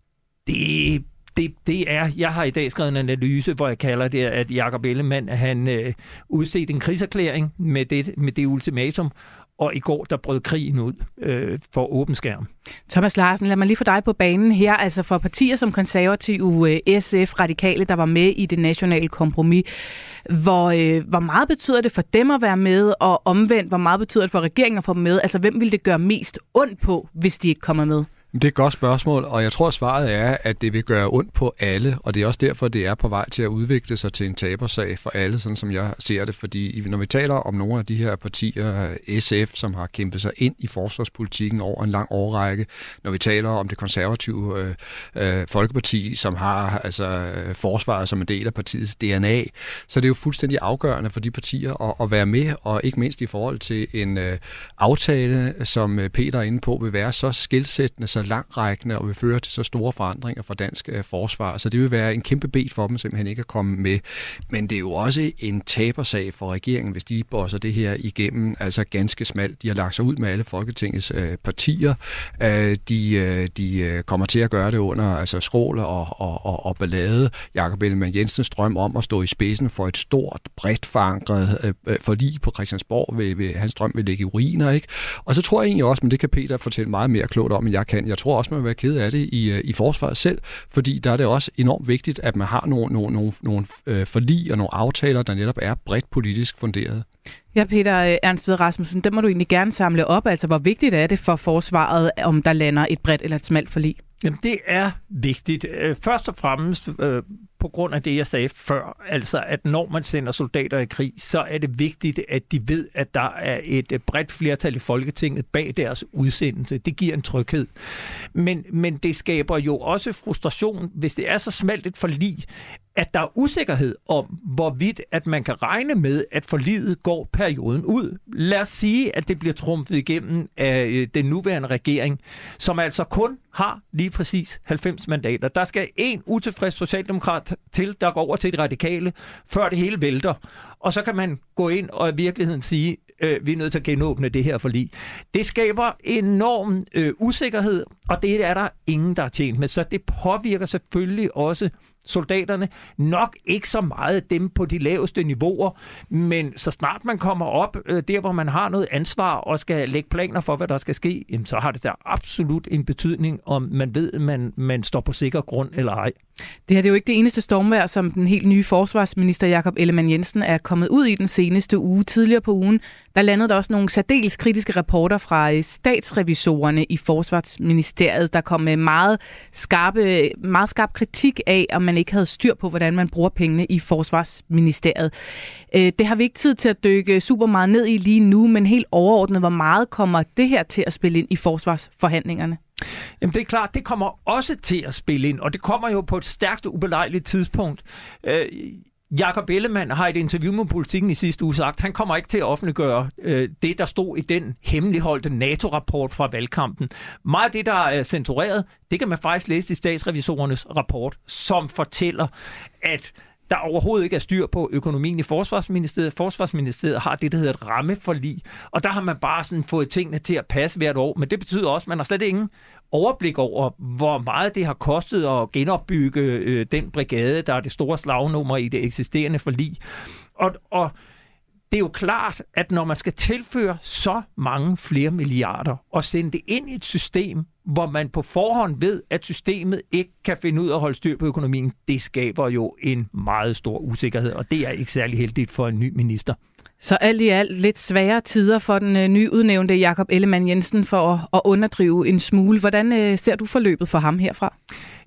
Det Det, det er, jeg har i dag skrevet en analyse, hvor jeg kalder det, at Jakob Ellemann, han øh, udsedte en krigserklæring med det, med det ultimatum, og i går, der brød krigen ud øh, for åben skærm. Thomas Larsen, lad mig lige få dig på banen her. Altså for partier som Konservative, S F, Radikale, der var med i det nationale kompromis. Hvor, øh, hvor meget betyder det for dem at være med, og omvendt, hvor meget betyder det for regeringen at få med? Altså hvem vil det gøre mest ondt på, hvis de ikke kommer med? Det er et godt spørgsmål, og jeg tror, at svaret er, at det vil gøre ondt på alle, og det er også derfor, det er på vej til at udvikle sig til en tabersag for alle, sådan som jeg ser det, fordi når vi taler om nogle af de her partier, S F, som har kæmpet sig ind i forsvarspolitikken over en lang årrække, når vi taler om det konservative øh, øh, Folkeparti, som har altså forsvaret som en del af partiets D N A, så det er jo fuldstændig afgørende for de partier at, at være med, og ikke mindst i forhold til en øh, aftale, som Peter er inde på, vil være så skelsættende, så langrækkende og vil føre til så store forandringer for dansk øh, forsvar. Så det vil være en kæmpe bed for dem simpelthen ikke at komme med. Men det er jo også en tabersag for regeringen, hvis de bosser det her igennem, altså ganske smalt. De har lagt sig ud med alle Folketingets øh, partier. Øh, de, øh, de kommer til at gøre det under altså skrål og, og, og, og ballade. Jakob Ellemann-Jensens drøm om at stå i spidsen for et stort, bredt forankret øh, forlig på Christiansborg, vil, vil, hans drøm vil ligge i ruiner, ikke? Og så tror jeg egentlig også, men det kan Peter fortælle meget mere klogt om, end jeg kan. Jeg tror også, man vil være ked af det i, i forsvaret selv, fordi der er det også enormt vigtigt, at man har nogle, nogle, nogle, nogle øh, forlig og nogle aftaler, der netop er bredt politisk funderet. Ja, Peter Ernst Ved Rasmussen, det må du egentlig gerne samle op. Altså, hvor vigtigt er det for forsvaret, om der lander et bredt eller et smalt forlig? Jamen, det er vigtigt. Først og fremmest øh, på grund af det, jeg sagde før, altså at når man sender soldater i krig, så er det vigtigt, at de ved, at der er et bredt flertal i Folketinget bag deres udsendelse. Det giver en tryghed. Men, men det skaber jo også frustration, hvis det er så smalt et forlig, at der er usikkerhed om, hvorvidt at man kan regne med, at forliget går perioden ud. Lad os sige, at det bliver trumfet igennem af den nuværende regering, som altså kun har lige præcis halvfems mandater. Der skal en utilfreds socialdemokrat til, der går over til de radikale, før det hele vælter. Og så kan man gå ind og i virkeligheden sige, øh, vi er nødt til at genåbne det her forlig. Det skaber enorm øh, usikkerhed, og det er der ingen, der er tjent med. Så det påvirker selvfølgelig også soldaterne. Nok ikke så meget dem på de laveste niveauer, men så snart man kommer op øh, der, hvor man har noget ansvar og skal lægge planer for, hvad der skal ske, jamen, så har det der absolut en betydning, om man ved, at man, man står på sikker grund eller ej. Det her det er jo ikke det eneste stormvejr, som den helt nye forsvarsminister Jakob Ellemann-Jensen er kommet ud i den seneste uge. Tidligere på ugen, der landede der også nogle særdeles kritiske rapporter fra statsrevisorerne i Forsvarsministeriet, der kom med meget, skarpe, meget skarp kritik af, om man ikke havde styr på, hvordan man bruger pengene i Forsvarsministeriet. Det har vi ikke tid til at dykke super meget ned i lige nu, men helt overordnet, hvor meget kommer det her til at spille ind i forsvarsforhandlingerne? Jamen det er klart, det kommer også til at spille ind, og det kommer jo på et stærkt og ubelejligt tidspunkt. Øh, Jakob Ellemann har i et interview med Politikken i sidste uge sagt, at han kommer ikke til at offentliggøre øh, det, der stod i den hemmeligholdte NATO-rapport fra valgkampen. Meget af det, der er censureret, det kan man faktisk læse i statsrevisorernes rapport, som fortæller, at der overhovedet ikke er styr på økonomien i Forsvarsministeriet. Forsvarsministeriet har det, der hedder et rammeforlig, og der har man bare sådan fået tingene til at passe hvert år. Men det betyder også, at man har slet ingen overblik over, hvor meget det har kostet at genopbygge øh, den brigade, der er det store slagnummer i det eksisterende forlig. Og, og det er jo klart, at når man skal tilføre så mange flere milliarder og sende det ind i et system, hvor man på forhånd ved, at systemet ikke kan finde ud af at holde styr på økonomien, det skaber jo en meget stor usikkerhed, og det er ikke særlig heldigt for en ny minister. Så alt i alt lidt svære tider for den nyudnævnte Jakob Ellemann-Jensen for at underdrive en smule. Hvordan ser du forløbet for ham herfra?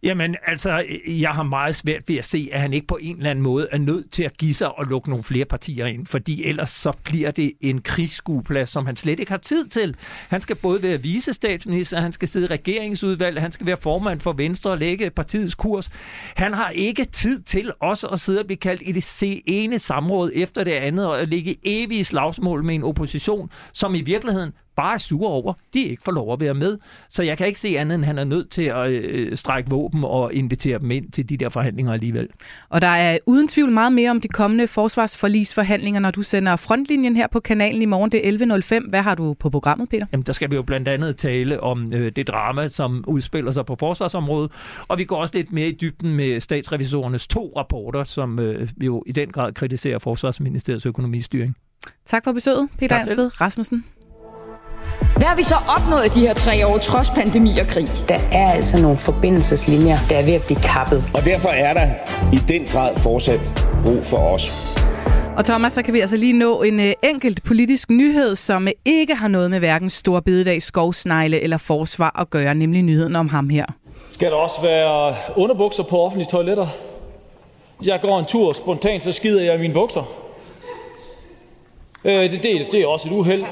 Jamen, altså, jeg har meget svært ved at se, at han ikke på en eller anden måde er nødt til at give sig og lukke nogle flere partier ind, fordi ellers så bliver det en krigsskueplads, som han slet ikke har tid til. Han skal både være vicestatsminister, han skal sidde i regeringsudvalg, han skal være formand for Venstre og lægge partiets kurs. Han har ikke tid til også at sidde og blive kaldt i det ene samråd efter det andet og ligge evige slagsmål med en opposition, som i virkeligheden bare er sure over, de ikke får lov at være med. Så jeg kan ikke se andet, end han er nødt til at øh, strække våben og invitere dem ind til de der forhandlinger alligevel. Og der er uden tvivl meget mere om de kommende forsvarsforligsforhandlinger, når du sender Frontlinjen her på kanalen i morgen. Det er elleve nul fem. Hvad har du på programmet, Peter? Jamen, der skal vi jo blandt andet tale om øh, det drama, som udspiller sig på forsvarsområdet. Og vi går også lidt mere i dybden med statsrevisorernes to rapporter, som øh, jo i den grad kritiserer Forsvarsministeriets økonomistyring. Tak for besøget, Peter Ansted Rasmussen. Hvad har vi så opnået i de her tre år, trods pandemi og krig? Der er altså nogle forbindelseslinjer, der er ved at blive kappet. Og derfor er der i den grad fortsat brug for os. Og Thomas, så kan vi altså lige nå en øh, enkelt politisk nyhed, som ikke har noget med hverken Store Bededag, skovsnegle eller forsvar at gøre, nemlig nyheden om ham her. Skal der også være underbukser på offentlige toiletter? Jeg går en tur spontant, så skider jeg i mine bukser. Øh, det, det, det er også et uheld.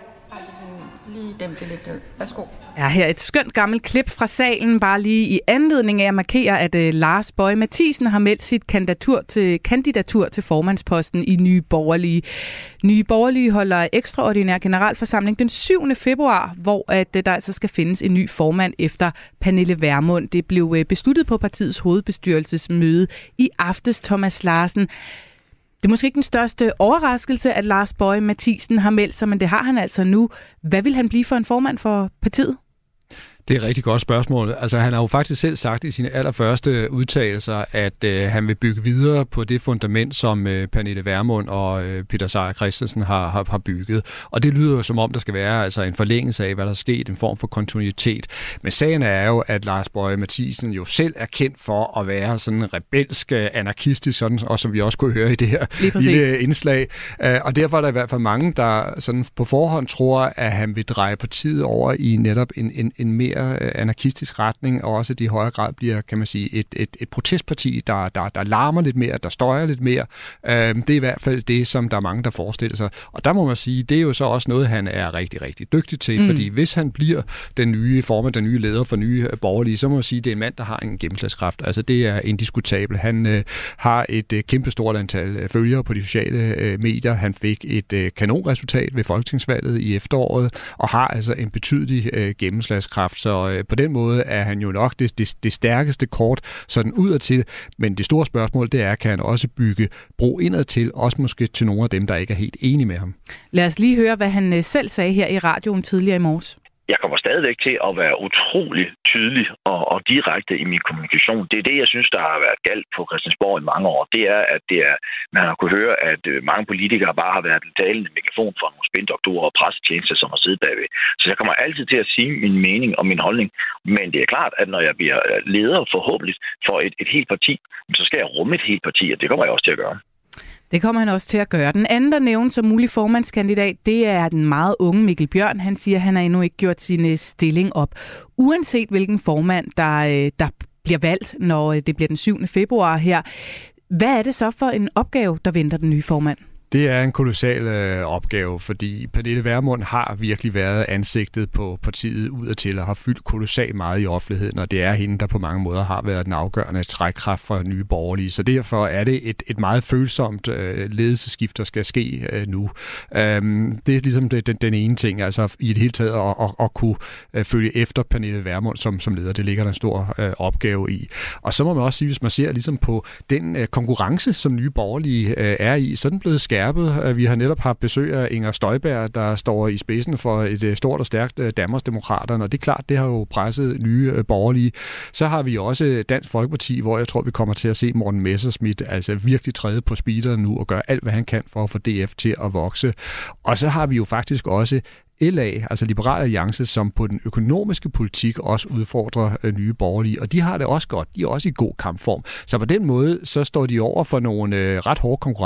Lige dem det lidt ud. Værsgo. Ja, her et skønt gammelt klip fra salen, bare lige i anledning af at markere, at uh, Lars Boje Mathiesen har meldt sit kandidatur til, kandidatur til formandsposten i Nye Borgerlige. Nye Borgerlige holder ekstraordinær generalforsamling den syvende februar, hvor at, uh, der altså skal findes en ny formand efter Pernille Vermund. Det blev uh, besluttet på partiets hovedbestyrelsesmøde i aftes, Thomas Larsen. Det er måske ikke den største overraskelse, at Lars Boje Mathiesen har meldt sig, men det har han altså nu. Hvad vil han blive for en formand for partiet? Det er et rigtig godt spørgsmål. Altså, han har jo faktisk selv sagt i sine allerførste udtalelser, at øh, han vil bygge videre på det fundament, som øh, Pernille Vermund og øh, Peter Seier Christensen har, har, har bygget. Og det lyder jo som om, der skal være altså, en forlængelse af, hvad der er sket, en form for kontinuitet. Men sagen er jo, at Lars Boje Mathiesen jo selv er kendt for at være sådan en rebelsk, anarkistisk, sådan, og som vi også kunne høre i det her lille indslag. Og derfor er der i hvert fald mange, der sådan på forhånd tror, at han vil dreje partiet over i netop en, en, en mere anarkistisk retning, og også at det i højere grad bliver, kan man sige, et, et, et protestparti, der, der, der larmer lidt mere, der støjer lidt mere. Øhm, det er i hvert fald det, som der er mange, der forestiller sig. Og der må man sige, det er jo så også noget, han er rigtig, rigtig dygtig til, mm. fordi hvis han bliver den nye formand, den nye leder for Nye Borgerlige, så må man sige, at det er en mand, der har en gennemslagskraft. Altså det er indiskutabel. Han øh, har et øh, kæmpestort antal øh, følgere på de sociale øh, medier. Han fik et øh, kanonresultat ved folketingsvalget i efteråret, og har altså en betydelig øh, gennemslagskraft. Så øh, på den måde er han jo nok det, det, det stærkeste kort sådan udadtil. Men det store spørgsmål, det er, kan han også bygge bro indadtil, også måske til nogle af dem, der ikke er helt enige med ham. Lad os lige høre, hvad han selv sagde her i radioen tidligere i morges. Jeg kommer stadigvæk til at være utrolig tydelig og, og direkte i min kommunikation. Det er det, jeg synes, der har været galt på Christiansborg i mange år. Det er, at det er, man har kunnet høre, at mange politikere bare har været en talende megafon for nogle spindoktorer og pressetjenester, som har siddet bagved. Så jeg kommer altid til at sige min mening og min holdning. Men det er klart, at når jeg bliver leder forhåbentlig for et, et helt parti, så skal jeg rumme et helt parti, og det kommer jeg også til at gøre. Det kommer han også til at gøre. Den anden, der nævnes som mulig formandskandidat, det er den meget unge Mikkel Bjørn. Han siger, at han har endnu ikke gjort sin stilling op. Uanset hvilken formand, der, der bliver valgt, når det bliver den syvende februar her. Hvad er det så for en opgave, der venter den nye formand? Det er en kolossal øh, opgave, fordi Pernille Vermund har virkelig været ansigtet på partiet udadtil og har fyldt kolossalt meget i offentligheden, og det er hende, der på mange måder har været den afgørende trækkraft for Nye Borgerlige. Så derfor er det et, et meget følsomt øh, ledelsesskift, der skal ske øh, nu. Øhm, det er ligesom det, den, den ene ting, altså i det hele taget at, at, at kunne øh, følge efter Pernille Vermund som, som leder. Det ligger der en stor øh, opgave i. Og så må man også sige, hvis man ser ligesom på den øh, konkurrence, som Nye Borgerlige øh, er i, så er den blevet skærpet. Vi har netop haft besøg af Inger Støjberg, der står i spidsen for et stort og stærkt Danmarksdemokraterne, og det er klart, det har jo presset Nye Borgerlige. Så har vi også Dansk Folkeparti, hvor jeg tror, vi kommer til at se Morten Messerschmidt altså virkelig træde på speederen nu og gøre alt, hvad han kan for at få D F til at vokse. Og så har vi jo faktisk også L A, altså Liberal Alliance, som på den økonomiske politik også udfordrer øh, Nye Borgerlige, og de har det også godt. De er også i god kampform. Så på den måde, så står de over for nogle øh, ret hårde konkurrenter.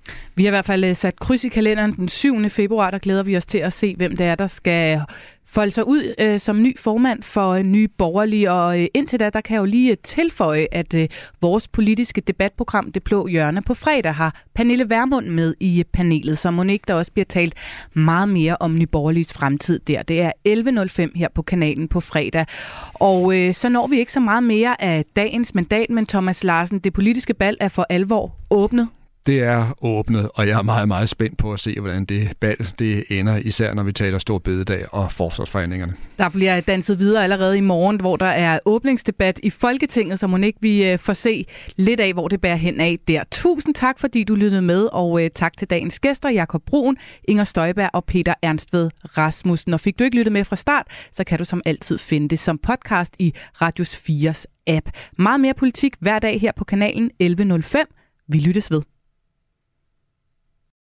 Vi har i hvert fald sat kryds i kalenderen den syvende februar, der glæder vi os til at se, hvem det er, der skal folde sig ud øh, som ny formand for øh, Nye Borgerlige. Og øh, indtil da, der kan jeg jo lige tilføje, at øh, vores politiske debatprogram, Det Blå Hjørne, på fredag har Pernille Vermund med i panelet, så må ikke der også bliver talt meget mere om Nye Borgerliges fremtid der. Det er elleve nul fem her på kanalen på fredag. Og øh, så når vi ikke så meget mere af dagens mandat, men Thomas Larsen, det politiske bal er for alvor åbnet. Det er åbnet, og jeg er meget, meget spændt på at se, hvordan det bal det ender, især når vi taler stor bededag og forsvarsforhandlingerne. Der bliver danset videre allerede i morgen, hvor der er åbningsdebat i Folketinget, så må ikke vi får se lidt af, hvor det bærer hen af der. Tusind tak, fordi du lyttede med, og tak til dagens gæster, Jakob Bruun, Inger Støjberg og Peter Ernstved Rasmussen. Og fik du ikke lyttet med fra start, så kan du som altid finde det som podcast i Radius fires app. Meget mere politik hver dag her på kanalen elleve nul fem. Vi lyttes ved.